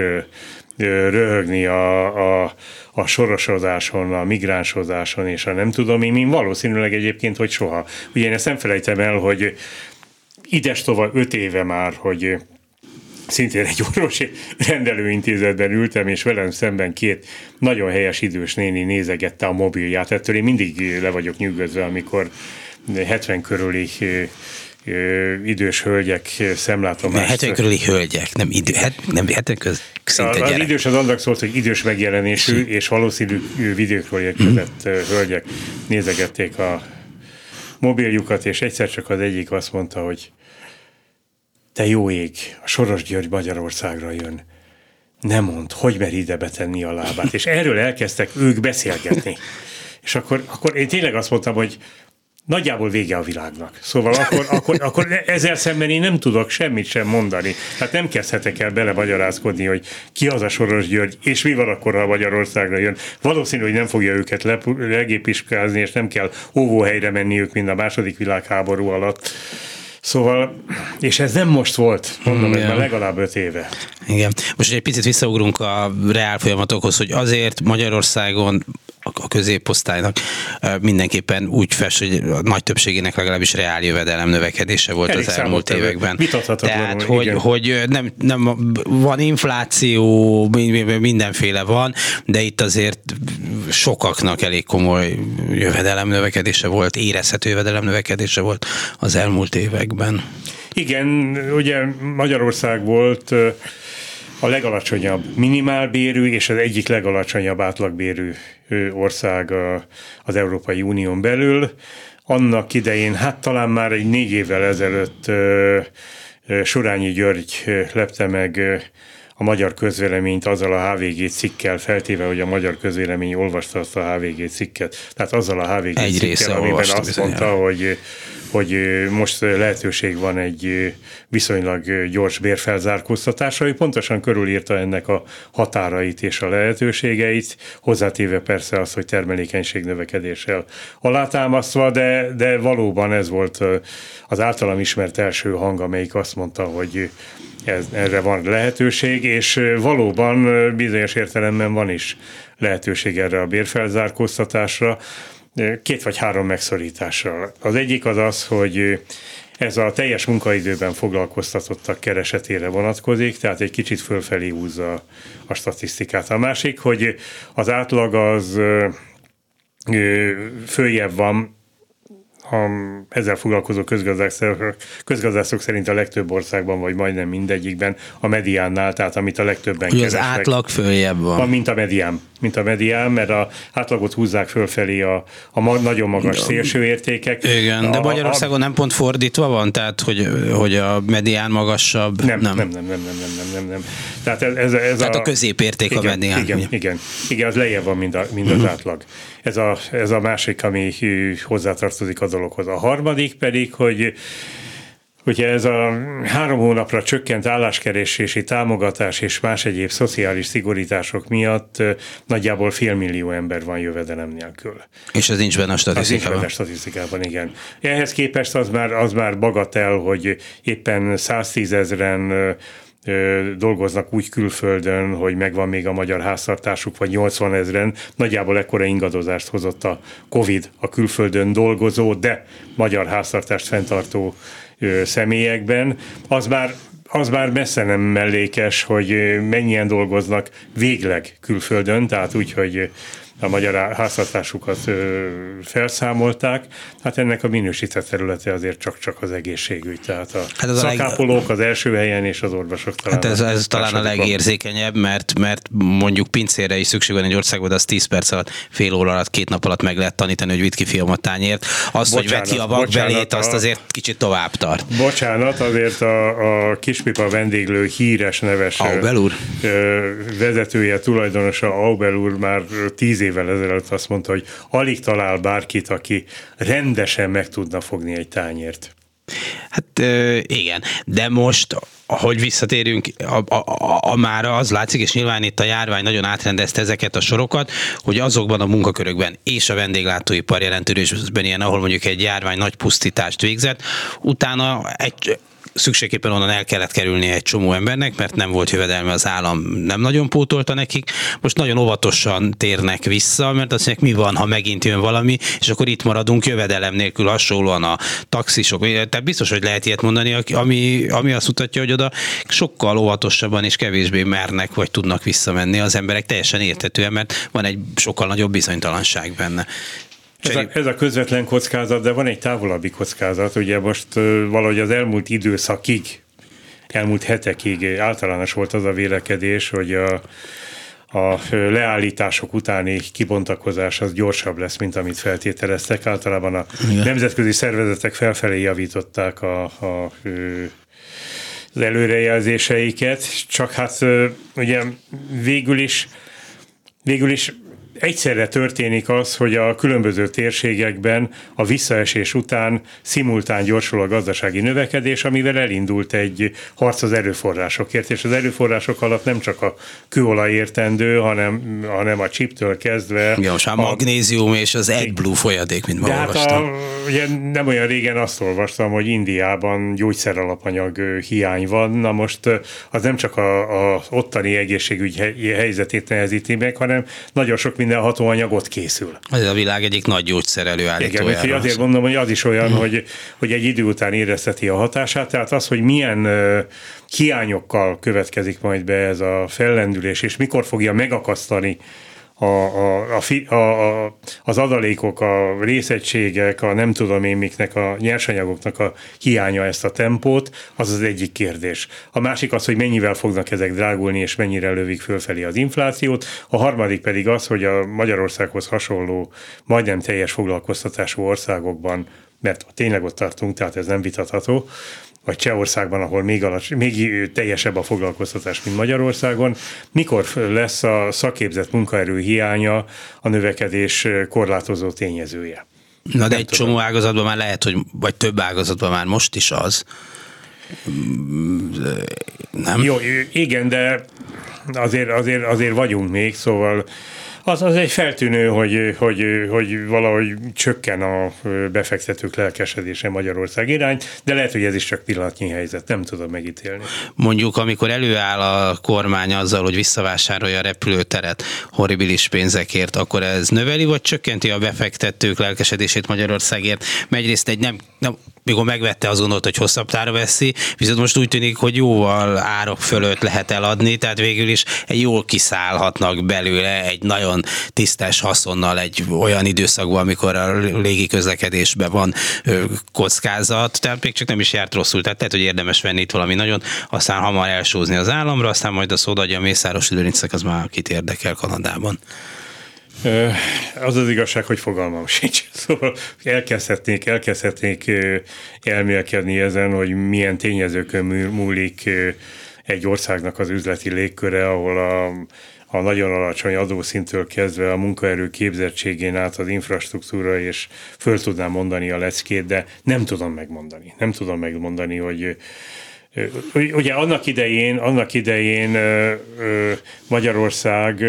röhögni a, a, a sorosozáson, a migránsozáson, és a nem tudom én, én valószínűleg egyébként, hogy soha. Ugye én ezt nem felejtem el, hogy idestova öt éve már, hogy szintén egy orvosi rendelőintézetben ültem, és velem szemben két nagyon helyes idős néni nézegette a mobilját. Ettől én mindig le vagyok nyűgözve, amikor hetven körüli idős hölgyek szemlátomást. hetven körüli hölgyek, nem idő, het, nem hetven köz, szinte az, gyerek. Az idős az annak szólt, hogy idős megjelenésű, és valószínű vidékről érkezett hölgyek nézegették a mobiljukat, és egyszer csak az egyik azt mondta, hogy te jó ég, a Soros György Magyarországra jön. Nem mondd, hogy mer ide betenni a lábát. És erről elkezdtek ők beszélgetni. És akkor, akkor én tényleg azt mondtam, hogy nagyjából vége a világnak. Szóval akkor, akkor, akkor ezzel szemben én nem tudok semmit sem mondani. Tehát nem kezdhetek el belemagyarázkodni, hogy ki az a Soros György, és mi van akkor, ha Magyarországra jön. Valószínű, hogy nem fogja őket legépiskázni, és nem kell óvóhelyre menniük, mint a második világháború alatt. Szóval, és ez nem most volt, mondom, ez már legalább öt éve. Igen. Most egy picit visszaugrunk a reál folyamatokhoz, hogy azért Magyarországon a középosztálynak mindenképpen úgy fest, hogy a nagy többségének legalábbis reál jövedelem növekedése volt elég az elmúlt években. Tehát, hogy, hogy nem, nem van infláció, mindenféle van, de itt azért sokaknak elég komoly jövedelem növekedése volt, érezhető jövedelem növekedése volt az elmúlt években. Igen, ugye Magyarország volt a legalacsonyabb minimálbérű és az egyik legalacsonyabb átlagbérű ország az Európai Unión belül. Annak idején, hát talán már egy négy évvel ezelőtt Surányi György lepte meg a magyar közvéleményt azzal a há vé gé cikkel, feltéve, hogy a magyar közvélemény olvasta azt a há vé gé cikket. Tehát azzal a há vé gé egy cikkel, amiben azt bizonyán. mondta, hogy hogy most lehetőség van egy viszonylag gyors bérfelzárkóztatásra, hogy pontosan körülírta ennek a határait és a lehetőségeit, hozzátéve persze az, hogy termelékenység növekedéssel alátámasztva, de, de valóban ez volt az általam ismert első hang, amelyik azt mondta, hogy ez, erre van lehetőség, és valóban bizonyos értelemben van is lehetőség erre a bérfelzárkóztatásra, két vagy három megszorítással. Az egyik az az, hogy ez a teljes munkaidőben foglalkoztatottak keresetére vonatkozik, tehát egy kicsit fölfelé húzza a statisztikát. A másik, hogy az átlag az följebb van, a ezzel foglalkozó közgazdászok, közgazdászok szerint a legtöbb országban, vagy majdnem mindegyikben a mediánnál, tehát amit a legtöbben hogy keresnek. Az átlag följebb van. Mint a medián. Mint a medián, mert a átlagot húzzák fölfelé a, a ma, nagyon magas szélső értékek. Igen, de Magyarországon a, nem pont fordítva van? Tehát, hogy, hogy a medián magasabb? Nem, nem, nem, nem, nem, nem, nem, nem, nem. Tehát, ez, ez, ez Tehát a, a középérték igen, a medián. Igen, igen, igen, igen, az lejjebb van, mint, a, mint az átlag. Ez a, ez a másik, ami hozzátartozik a dologhoz. A harmadik pedig, hogy ugye ez a három hónapra csökkent álláskeresési támogatás és más egyéb szociális szigorítások miatt nagyjából félmillió ember van jövedelem nélkül. És ez nincs benne a statisztikában? Az nincs benne a statisztikában, igen. Ehhez képest az már, az már bagatel, hogy éppen száztízezren dolgoznak úgy külföldön, hogy megvan még a magyar háztartásuk, vagy nyolcvanezren. Nagyjából ekkora ingadozást hozott a Covid a külföldön dolgozó, de magyar háztartást fenntartó személyekben. Az már, az már messze nem mellékes, hogy mennyien dolgoznak végleg külföldön, tehát úgy, hogy a magyar háztartásukat felszámolták. Hát ennek a minősített területe azért csak-csak az egészségügy. Tehát a hát az szakápolók leg... az első helyen, és az orvosok talán. Hát ez, ez talán a legérzékenyebb, mert, mert mondjuk pincére is szükség van egy országban, de az tíz perc alatt, fél óra alatt, két nap alatt meg lehet tanítani, hogy vidd ki fiam a tányért. Azt, bocsánat, hogy vedd ki a vakbelét, azt azért kicsit tovább tart. Bocsánat, azért a, a Kispipa vendéglő híres neves Aubel úr. vezetője, tulajdonosa Aubel úr már tíz évvel ezelőtt azt mondta, hogy alig talál bárkit, aki rendesen meg tudna fogni egy tányért. Hát igen, de most, ahogy visszatérünk, a, a, a, a már az látszik, és nyilván itt a járvány nagyon átrendezte ezeket a sorokat, hogy azokban a munkakörökben és a vendéglátóipar jelentősben ilyen, ahol mondjuk egy járvány nagy pusztítást végzett, utána egy szükségképpen onnan el kellett kerülni egy csomó embernek, mert nem volt jövedelme, az állam nem nagyon pótolta nekik. Most nagyon óvatosan térnek vissza, mert azt mondják, mi van, ha megint jön valami, és akkor itt maradunk jövedelem nélkül, hasonlóan a taxisok. Tehát biztos, hogy lehet ilyet mondani, ami, ami azt mutatja, hogy oda sokkal óvatosabban és kevésbé mernek, vagy tudnak visszamenni az emberek, teljesen érthetően, mert van egy sokkal nagyobb bizonytalanság benne. Ez a, ez a közvetlen kockázat, de van egy távolabbi kockázat. Ugye most valahogy az elmúlt időszakig, elmúlt hetekig általános volt az a vélekedés, hogy a, a leállítások utáni kibontakozás az gyorsabb lesz, mint amit feltételeztek. Általában a Igen. nemzetközi szervezetek felfelé javították a, a, az előrejelzéseiket, csak hát ugye végül is, végül is egyszerre történik az, hogy a különböző térségekben a visszaesés után szimultán gyorsul a gazdasági növekedés, amivel elindult egy harc az erőforrásokért, és az erőforrások alatt nem csak a kőolaj értendő, hanem, hanem a chiptől kezdve. Ja, most a magnézium és az AdBlue folyadék, mint ma olvastam. Hát a, ugye nem olyan régen azt olvastam, hogy Indiában gyógyszeralapanyag hiány van, na most az nem csak a, a ottani egészségügy helyzetét nehezíti meg, hanem nagyon sok minden hatóanyagot készül. Ez a világ egyik nagy gyógyszer előállítójára. Igen, azért mondom, hogy az is olyan, hmm. hogy, hogy egy idő után érezheti a hatását, tehát az, hogy milyen uh, hiányokkal következik majd be ez a fellendülés, és mikor fogja megakasztani A, a, a, a, az adalékok, a részegységek, a nem tudom én miknek, a nyersanyagoknak a hiánya ezt a tempót, az az egyik kérdés. A másik az, hogy mennyivel fognak ezek drágulni, és mennyire lövik fölfelé az inflációt. A harmadik pedig az, hogy a Magyarországhoz hasonló, majdnem teljes foglalkoztatású országokban, mert tényleg ott tartunk, tehát ez nem vitatható, vagy Csehországban, ahol még, alacs, még teljesebb a foglalkoztatás, mint Magyarországon. Mikor lesz a szakképzett munkaerő hiánya a növekedés korlátozó tényezője? Na de Nem egy tudom. Csomó ágazatban már lehet, hogy vagy több ágazatban már most is az. Nem? Jó, igen, de azért, azért, azért vagyunk még, szóval Az, az egy feltűnő, hogy, hogy, hogy valahogy csökken a befektetők lelkesedése Magyarország irány, de lehet, hogy ez is csak pillanatnyi helyzet, nem tudom megítélni. Mondjuk, amikor előáll a kormány azzal, hogy visszavásárolja a repülőteret horribilis pénzekért, akkor ez növeli, vagy csökkenti a befektetők lelkesedését Magyarországért? Mert egyrészt egy nem, nem mikor megvette az unot, hogy hosszabb távra veszi, viszont most úgy tűnik, hogy jóval árak fölött lehet eladni, tehát végül is jól kiszállhatnak belőle egy nagyon tisztes haszonnal egy olyan időszakban, amikor a légi közlekedésben van kockázat, tehát még csak nem is járt rosszul, tehát lehet, hogy érdemes venni itt valami nagyon, aztán hamar elsózni az államra, aztán majd a szódagya Mészáros Lőrincnek, az már kit érdekel Kanadában. Az az igazság, hogy fogalmam sincs. Szóval elkezdhetnék, elkezdhetnék elmélkedni ezen, hogy milyen tényezőkön múlik egy országnak az üzleti légköre, ahol a, a nagyon alacsony adószintől kezdve a munkaerő képzettségén át az infrastruktúra, és föl tudnám mondani a leckét, de nem tudom megmondani. Nem tudom megmondani, hogy ugye annak idején, annak idején Magyarország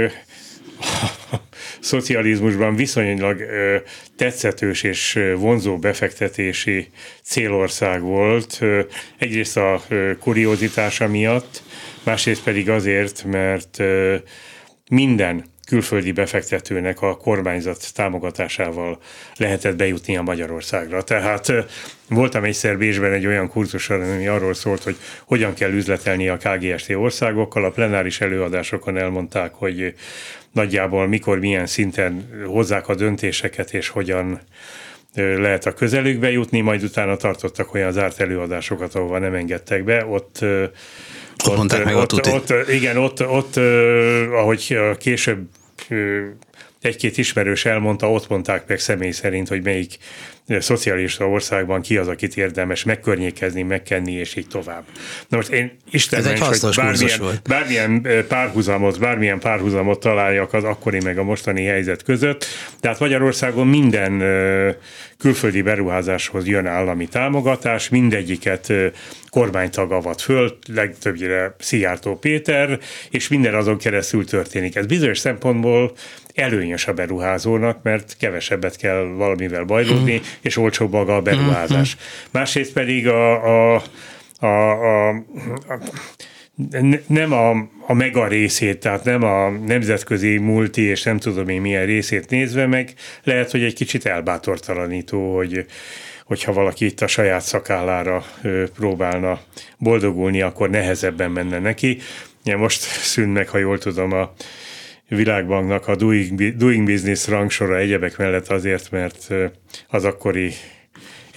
szocializmusban viszonylag ö, tetszetős és vonzó befektetési célország volt. Ö, egyrészt a ö, kuriózitása miatt, másrészt pedig azért, mert ö, minden külföldi befektetőnek a kormányzat támogatásával lehetett bejutni a Magyarországra. Tehát voltam egyszer Bécsben egy olyan kurzuson, ami arról szólt, hogy hogyan kell üzletelni a ká gé es té országokkal. A plenáris előadásokon elmondták, hogy nagyjából mikor, milyen szinten hozzák a döntéseket, és hogyan lehet a közelükbe jutni, majd utána tartottak olyan zárt előadásokat, ahova nem engedtek be. Ott Ott, ott, meg ott, ott, ott igen, ott, ott, ahogy később egy-két ismerős elmondta, ott mondták meg személy szerint, hogy melyik szocialista országban ki az, akit érdemes megkörnyékezni, megkenni, és így tovább. Na most én Isten ments, hogy bármilyen, bármilyen párhuzamot, bármilyen párhuzamot találjak az akkori meg a mostani helyzet között. Tehát Magyarországon minden külföldi beruházáshoz jön állami támogatás, mindegyiket kormánytag avat föl, legtöbbnyire Szijjártó Péter, és minden azon keresztül történik. Ez bizonyos szempontból előnyös a beruházónak, mert kevesebbet kell valamivel bajlódni, és olcsóbb maga a beruházás. Másrészt pedig a, a, a, a, a nem a, a mega részét, tehát nem a nemzetközi multi és nem tudom én milyen részét nézve, meg lehet, hogy egy kicsit elbátortalanító, hogy hogyha valaki itt a saját szakállára próbálna boldogulni, akkor nehezebben menne neki. Most szűnt meg, ha jól tudom, a Világbanknak a Doing, Doing Business rangsora egyebek mellett azért, mert az akkori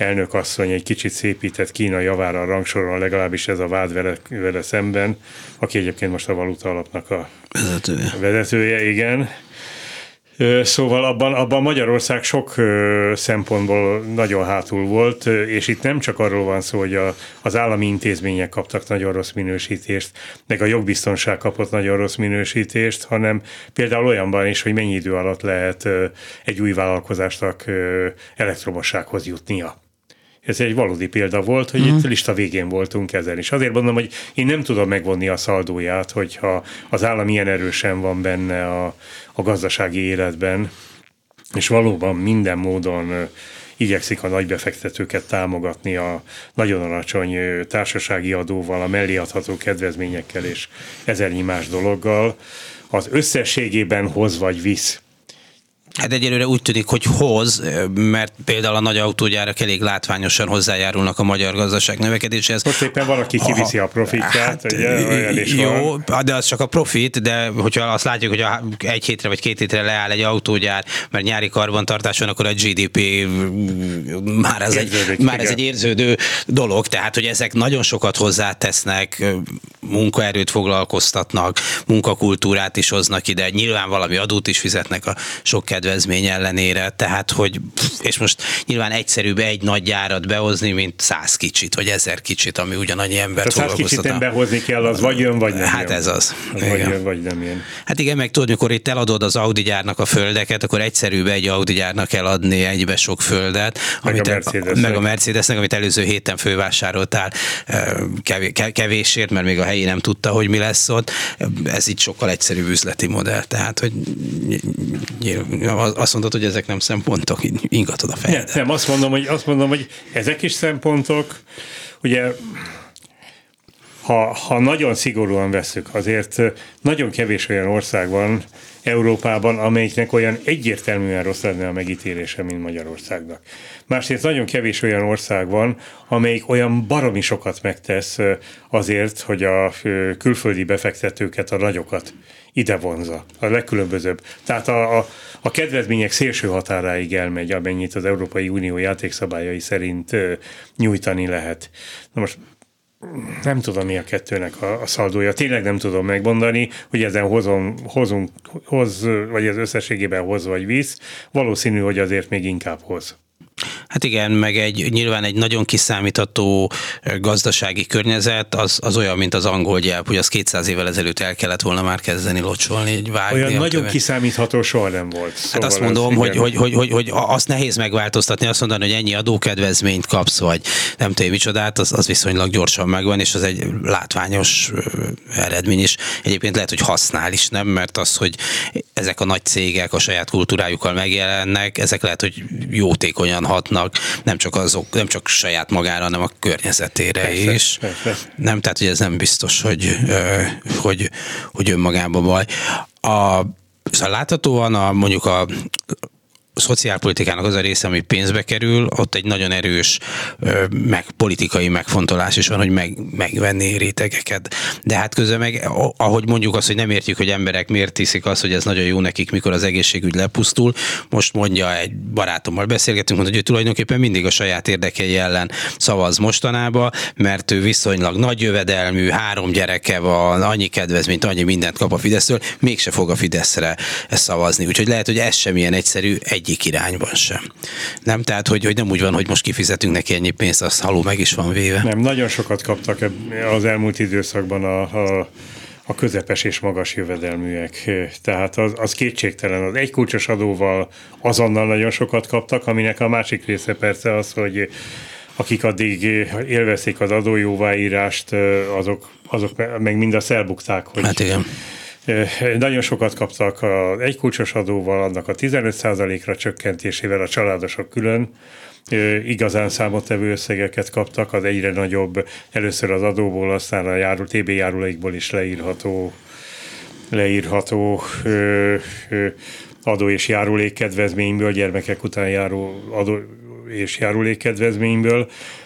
elnökasszony egy kicsit szépített Kína javára a rangsoron, legalábbis ez a vád vele, vele szemben, aki egyébként most a Valuta Alapnak a vezetője, vezetője igen. Szóval abban, abban Magyarország sok szempontból nagyon hátul volt, és itt nem csak arról van szó, hogy a, az állami intézmények kaptak nagyon rossz minősítést, meg a jogbiztonság kapott nagyon rossz minősítést, hanem például olyanban is, hogy mennyi idő alatt lehet egy új vállalkozásnak elektromossághoz jutnia. Ez egy valódi példa volt, hogy mm. itt lista végén voltunk ezen is. Azért mondom, hogy én nem tudom megvonni a szaldóját, hogyha az állam ilyen erősen van benne a, a gazdasági életben, és valóban minden módon igyekszik a nagybefektetőket támogatni a nagyon alacsony társasági adóval, a mellé adható kedvezményekkel és ezernyi más dologgal, az összességében hoz vagy visz. Hát egyelőre úgy tűnik, hogy hoz, mert például a nagy autógyárak elég látványosan hozzájárulnak a magyar gazdaság növekedéshez. Ott éppen valaki kiviszi a profitját, hát, ugye, olyan is jó, van. De az csak a profit, de hogyha azt látjuk, hogy egy hétre vagy két hétre leáll egy autógyár, mert nyári karbantartáson, akkor a gé dé pé már, ez egy, már ez egy érződő dolog, tehát hogy ezek nagyon sokat hozzátesznek, munkaerőt foglalkoztatnak, munkakultúrát is hoznak ide, nyilván valami adót is fizetnek a sok kedvezmény ellenére, tehát hogy, és most nyilván egyszerűbb egy nagy gyárat behozni, mint száz kicsit, vagy ezer kicsit, ami ugyanannyi embert foglalkoztatna. A száz kicsit nem behozni kell, az vagy jön, vagy nem Hát jön. ez az. az vagy jön, vagy nem jön. Hát igen, meg tudod, mikor itt eladod az Audi gyárnak a földeket, akkor egyszerűbb egy Audi gyárnak eladni egybe sok földet, meg amit a Mercedesnek. meg a Mercedesnek, amit előző héten fölvásároltál kevésért, mert még a helyi nem tudta, hogy mi lesz ott. Ez így sokkal egyszerűbb üzleti modell, tehát hogy azt mondod, hogy ezek nem szempontok, így ingatod a fejedet. Nem, nem, azt mondom, hogy, azt mondom, hogy ezek is szempontok, ugye ha, ha nagyon szigorúan veszük, azért nagyon kevés olyan ország van Európában, amelyiknek olyan egyértelműen rossz lenne a megítélése, mint Magyarországnak. Másrészt nagyon kevés olyan ország van, amelyik olyan baromi sokat megtesz azért, hogy a külföldi befektetőket, a nagyokat ide vonza, a legkülönbözőbb. Tehát a, a, a kedvezmények szélső határáig elmegy, amennyit az Európai Unió játékszabályai szerint nyújtani lehet. Na most nem tudom, mi a kettőnek a, a szaldója. Tényleg nem tudom megmondani, hogy ezen hozom, hozunk, hoz, vagy ez összességében hoz vagy visz. Valószínű, hogy azért még inkább hoz. Hát igen, meg egy nyilván egy nagyon kiszámítható gazdasági környezet, az, az olyan, mint az angol gyelp, hogy az kétszáz évvel ezelőtt el kellett volna már kezdeni locsolni, így vágni. Olyan nagyon követ. Kiszámítható soha nem volt. Szóval hát azt mondom, hogy, hogy, hogy, hogy, hogy azt nehéz megváltoztatni, azt mondani, hogy ennyi adókedvezményt kapsz, vagy nem tudom, micsodát, az, az viszonylag gyorsan megvan, és az egy látványos eredmény is. Egyébként lehet, hogy használ is, nem? Mert az, hogy ezek a nagy cégek a saját kultúrájukkal megjelennek, ezek lehet, hogy jótékonyan hatnak, nem csak azok, nem csak saját magára, hanem a környezetére persze, is. Persze. Nem, tehát hogy ez nem biztos, hogy, hogy, hogy önmagában baj. A, szóval láthatóan a, mondjuk a szociálpolitikának az a része, ami pénzbe kerül, ott egy nagyon erős meg, politikai megfontolás is van, hogy meg, megvenni rétegeket. De hát közben meg, ahogy mondjuk azt, hogy nem értjük, hogy emberek miért hiszik azt, hogy ez nagyon jó nekik, mikor az egészségügy lepusztul. Most mondja, egy barátommal beszélgetünk, mondta, hogy ő tulajdonképpen mindig a saját érdekei ellen szavaz mostanában, mert ő viszonylag nagy jövedelmű, három gyereke van, annyi kedvezményt, annyi mindent kap a Fidesztől, mégse fog a Fideszre szavazni. Úgyhogy lehet, hogy ez sem ilyen egyszerű, egyik irányban sem. Nem? Tehát, hogy, hogy nem úgy van, hogy most kifizetünk neki ennyi pénzt, az haló meg is van véve. Nem, nagyon sokat kaptak az elmúlt időszakban a, a, a közepes és magas jövedelműek. Tehát az, az kétségtelen. Az egykulcsos adóval azonnal nagyon sokat kaptak, aminek a másik része persze az, hogy akik addig élvezik az adójóváírást, azok, azok meg mindazt elbukták, hogy hát igen. Nagyon sokat kaptak az egykulcsos adóval, annak a tizenöt százalékra csökkentésével, a családosok külön igazán számottevő összegeket kaptak, az egyre nagyobb, először az adóból, aztán a járul, té bé járulékból is leírható, leírható ö, ö, adó és járulékkedvezményből, gyermekek után járó adó és járulékkedvezményből,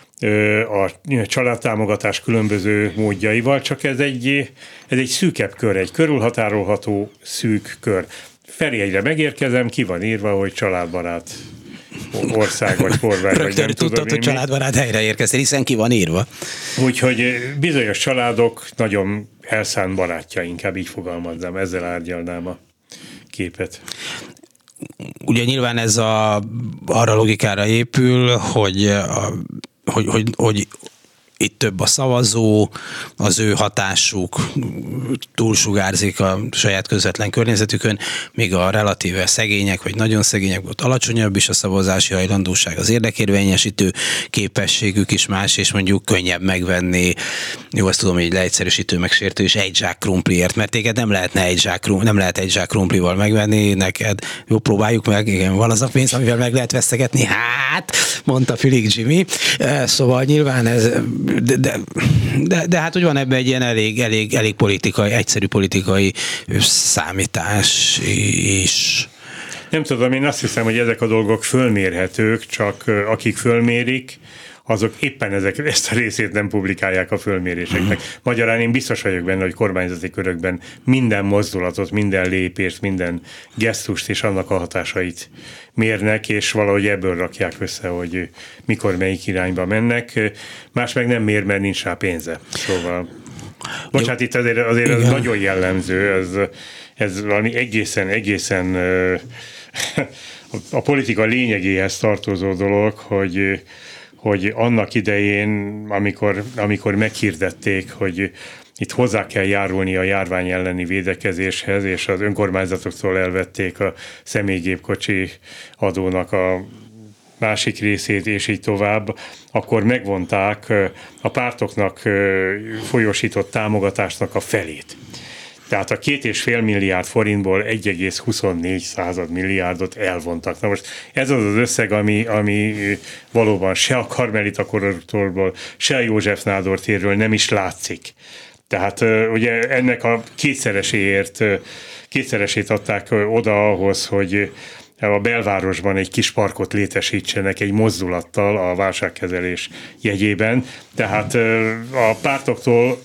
a családtámogatás különböző módjaival, csak ez egy, ez egy szűkebb kör, egy körülhatárolható szűk kör. Ferihegyre megérkezem, ki van írva, hogy családbarát ország, vagy kormány. Rögtön tudtad, hogy családbarát helyre érkeztél, hiszen ki van írva. Úgyhogy bizonyos családok nagyon elszánt barátja, inkább így fogalmazzám, ezzel árgyalnám a képet. Ugye nyilván ez a, arra logikára épül, hogy, a, hogy, hogy, hogy itt több a szavazó, az ő hatásuk túlsugárzik a saját közvetlen környezetükön, míg a relatíve szegények, vagy nagyon szegények, ott alacsonyabb is a szavazási hajlandóság, az érdekérvényesítő képességük is más, és mondjuk könnyebb megvenni, jó, azt tudom, hogy leegyszerűsítő megsértő, és egy zsák krumpliért, mert téged nem lehetne egy zsák krumpli, nem lehet egy zsák krumplival megvenni, neked, jó, próbáljuk meg, igen, van az a pénz, amivel meg lehet vesztegetni, hát, mondta Fülig Jimmy, szóval nyilván ez De, de, de, de hát, hogy van ebben egy ilyen elég, elég, elég politikai, egyszerű politikai számítás is. Nem tudom, én azt hiszem, hogy ezek a dolgok fölmérhetők, csak akik fölmérik, azok éppen ezek, ezt a részét nem publikálják a fölméréseknek. Magyarán én biztos vagyok benne, hogy kormányzati körökben minden mozdulatot, minden lépést, minden gesztust és annak a hatásait mérnek, és valahogy ebből rakják össze, hogy mikor melyik irányba mennek. Más meg nem mér, mert nincs rá pénze. Szóval, bocsánat, itt azért, azért ez nagyon jellemző, ez, ez valami egészen, egészen a politika lényegéhez tartozó dolog, hogy hogy annak idején, amikor, amikor meghirdették, hogy itt hozzá kell járulni a járvány elleni védekezéshez, és az önkormányzatoktól elvették a személygépkocsi adónak a másik részét, és így tovább, akkor megvonták a pártoknak folyósított támogatásnak a felét. Tehát a két és fél milliárd forintból egy egész huszonnégy század milliárdot elvontak. Na most ez az az összeg, ami, ami valóban se a Karmelita korruptorból, se a József Nádor térről nem is látszik. Tehát ugye ennek a kétszereséért, kétszeresét adták oda ahhoz, hogy a belvárosban egy kis parkot létesítsenek egy mozdulattal a válságkezelés jegyében. Tehát a pártoktól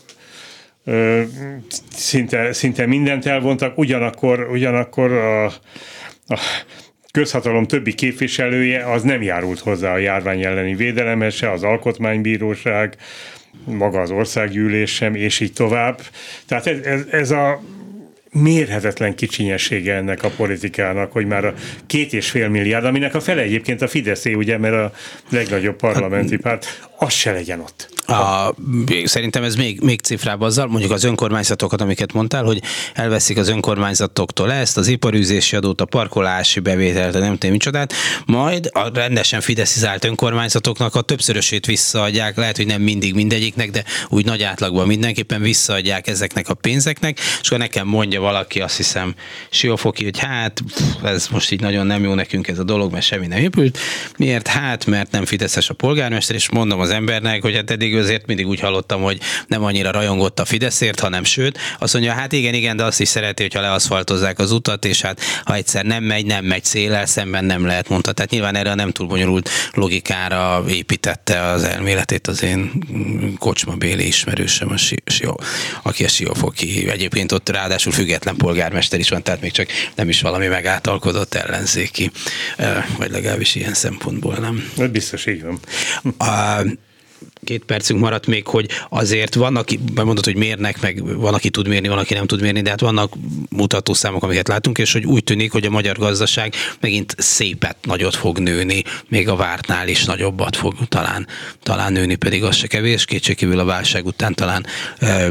Szinte, szinte mindent elvontak, ugyanakkor, ugyanakkor a, a közhatalom többi képviselője az nem járult hozzá a járvány elleni védelemhez, se az alkotmánybíróság, maga az országgyűlés sem, és így tovább. Tehát ez, ez, ez a mérhetetlen kicsinyessége ennek a politikának, hogy már a két és fél milliárd, aminek a fele egyébként a Fideszé, ugye, mert a legnagyobb parlamenti párt, az se legyen ott. A, szerintem ez még, még cifrább azzal, mondjuk az önkormányzatokat, amiket mondtál, hogy elveszik az önkormányzatoktól ezt, az iparűzési adót, a parkolási bevételt, a nem tudom micsodát, majd a rendesen fideszizált önkormányzatoknak a többszörösét visszaadják, lehet, hogy nem mindig mindegyiknek, de úgy nagy átlagban mindenképpen visszaadják ezeknek a pénzeknek, és akkor nekem mondja valaki, azt hiszem, Siófoki, hogy hát ez most így nagyon nem jó nekünk ez a dolog, mert semmi nem épült. Miért? Hát, mert nem fideszes a polgármester, és mondom az embernek, hogy hát eddig azért mindig úgy hallottam, hogy nem annyira rajongott a Fideszért, hanem sőt, azt mondja, hát igen, igen, de azt is szereti, hogyha leaszfaltozzák az utat, és hát ha egyszer nem megy, nem megy széllel, szemben nem lehet, mondta. Tehát nyilván erre a nem túl bonyolult logikára építette az elméletét az én kocsmabéli ismerősöm, a Sió, aki a Siófoki. Egyébként ott ráadásul független polgármester is van, tehát még csak nem is valami megátalkodott ellenzéki, vagy legalábbis ilyen szempontból nem. Biztos így van. A, Két percünk maradt még, hogy azért van, aki, mondod, hogy mérnek, meg van, aki tud mérni, van, aki nem tud mérni, de hát vannak mutatószámok, amiket látunk, és hogy úgy tűnik, hogy a magyar gazdaság megint szépet nagyot fog nőni, még a vártnál is nagyobbat fog talán, talán nőni, pedig az se kevés, kétségkívül a válság után talán ö,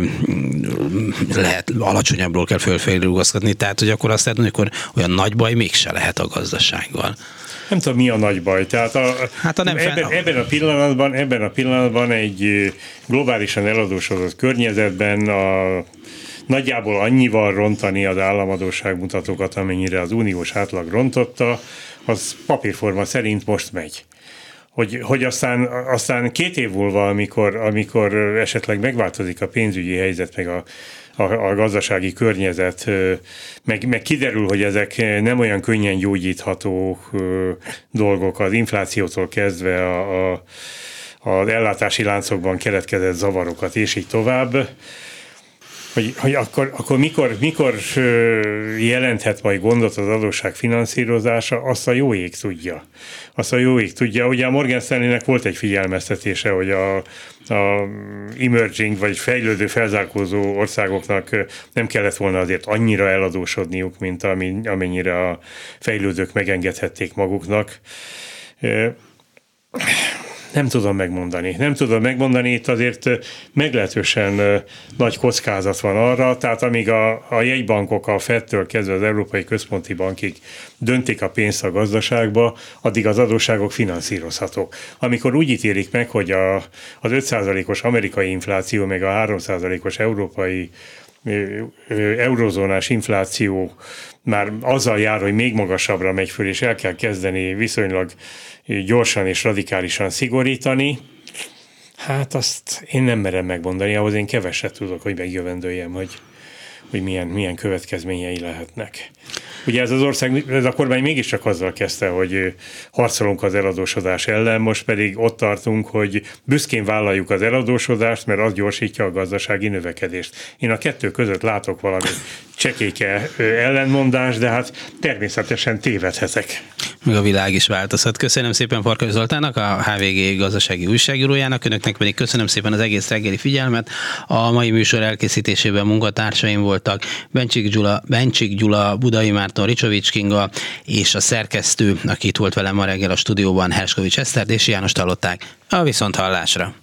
lehet, alacsonyabbról kell fölfelé rugaszkodni, tehát hogy akkor azt lehet mondani, hogy olyan nagy baj mégse lehet a gazdasággal. Nem tudom, mi a nagy baj. Tehát a, hát a nem ebben, ebben, a pillanatban, ebben a pillanatban egy globálisan eladósodott környezetben a, nagyjából annyival rontani az államadósságmutatókat, amennyire az uniós átlag rontotta, az papírforma szerint most megy. Hogy, hogy aztán, aztán két év múlva, amikor, amikor esetleg megváltozik a pénzügyi helyzet, meg a A, a gazdasági környezet, meg, meg kiderül, hogy ezek nem olyan könnyen gyógyítható dolgok, az inflációtól kezdve a, a, az ellátási láncokban keletkezett zavarokat, és így tovább. hogy, hogy akkor, akkor mikor, mikor jelenthet majd gondot az adósság finanszírozása, azt a jó ég tudja. Azt a jó ég tudja. Ugye a Morgan Stanleynek volt egy figyelmeztetése, hogy a, a emerging vagy fejlődő, felzárkózó országoknak nem kellett volna azért annyira eladósodniuk, mint amennyire a fejlődők megengedhették maguknak. Nem tudom megmondani. Nem tudom megmondani, itt azért meglehetősen nagy kockázat van arra, tehát amíg a, a jegybankok a Fedtől kezdve az Európai Központi Bankig döntik a pénzt a gazdaságba, addig az adósságok finanszírozhatók. Amikor úgy ítélik meg, hogy a, az öt százalékos amerikai infláció, meg a három százalékos európai eurozónás infláció már azzal jár, hogy még magasabbra megy föl, és el kell kezdeni viszonylag gyorsan és radikálisan szigorítani, hát azt én nem merem megmondani, ahhoz én keveset tudok, hogy megjövendöljem, hogy, hogy milyen, milyen következményei lehetnek. Ugye ez az ország, ez a kormány mégiscsak azzal kezdte, hogy harcolunk az eladósodás ellen, most pedig ott tartunk, hogy büszkén vállaljuk az eladósodást, mert az gyorsítja a gazdasági növekedést. Én a kettő között látok valami csekéke ellenmondás, de hát természetesen tévedhetek. Meg a világ is változhat. Köszönöm szépen Farkas Zoltánnak, a há vé gé gazdasági újságírójának, önöknek pedig köszönöm szépen az egész reggeli figyelmet. A mai műsor elkészítésében munkatársaim voltak Bencsik Gyula, Bencsik Gyula, Budai Márton, Ricsovics Kinga, és a szerkesztő, aki itt volt velem ma reggel a stúdióban, Herskovics Eszter, és Jánost hallották. A viszonthallásra.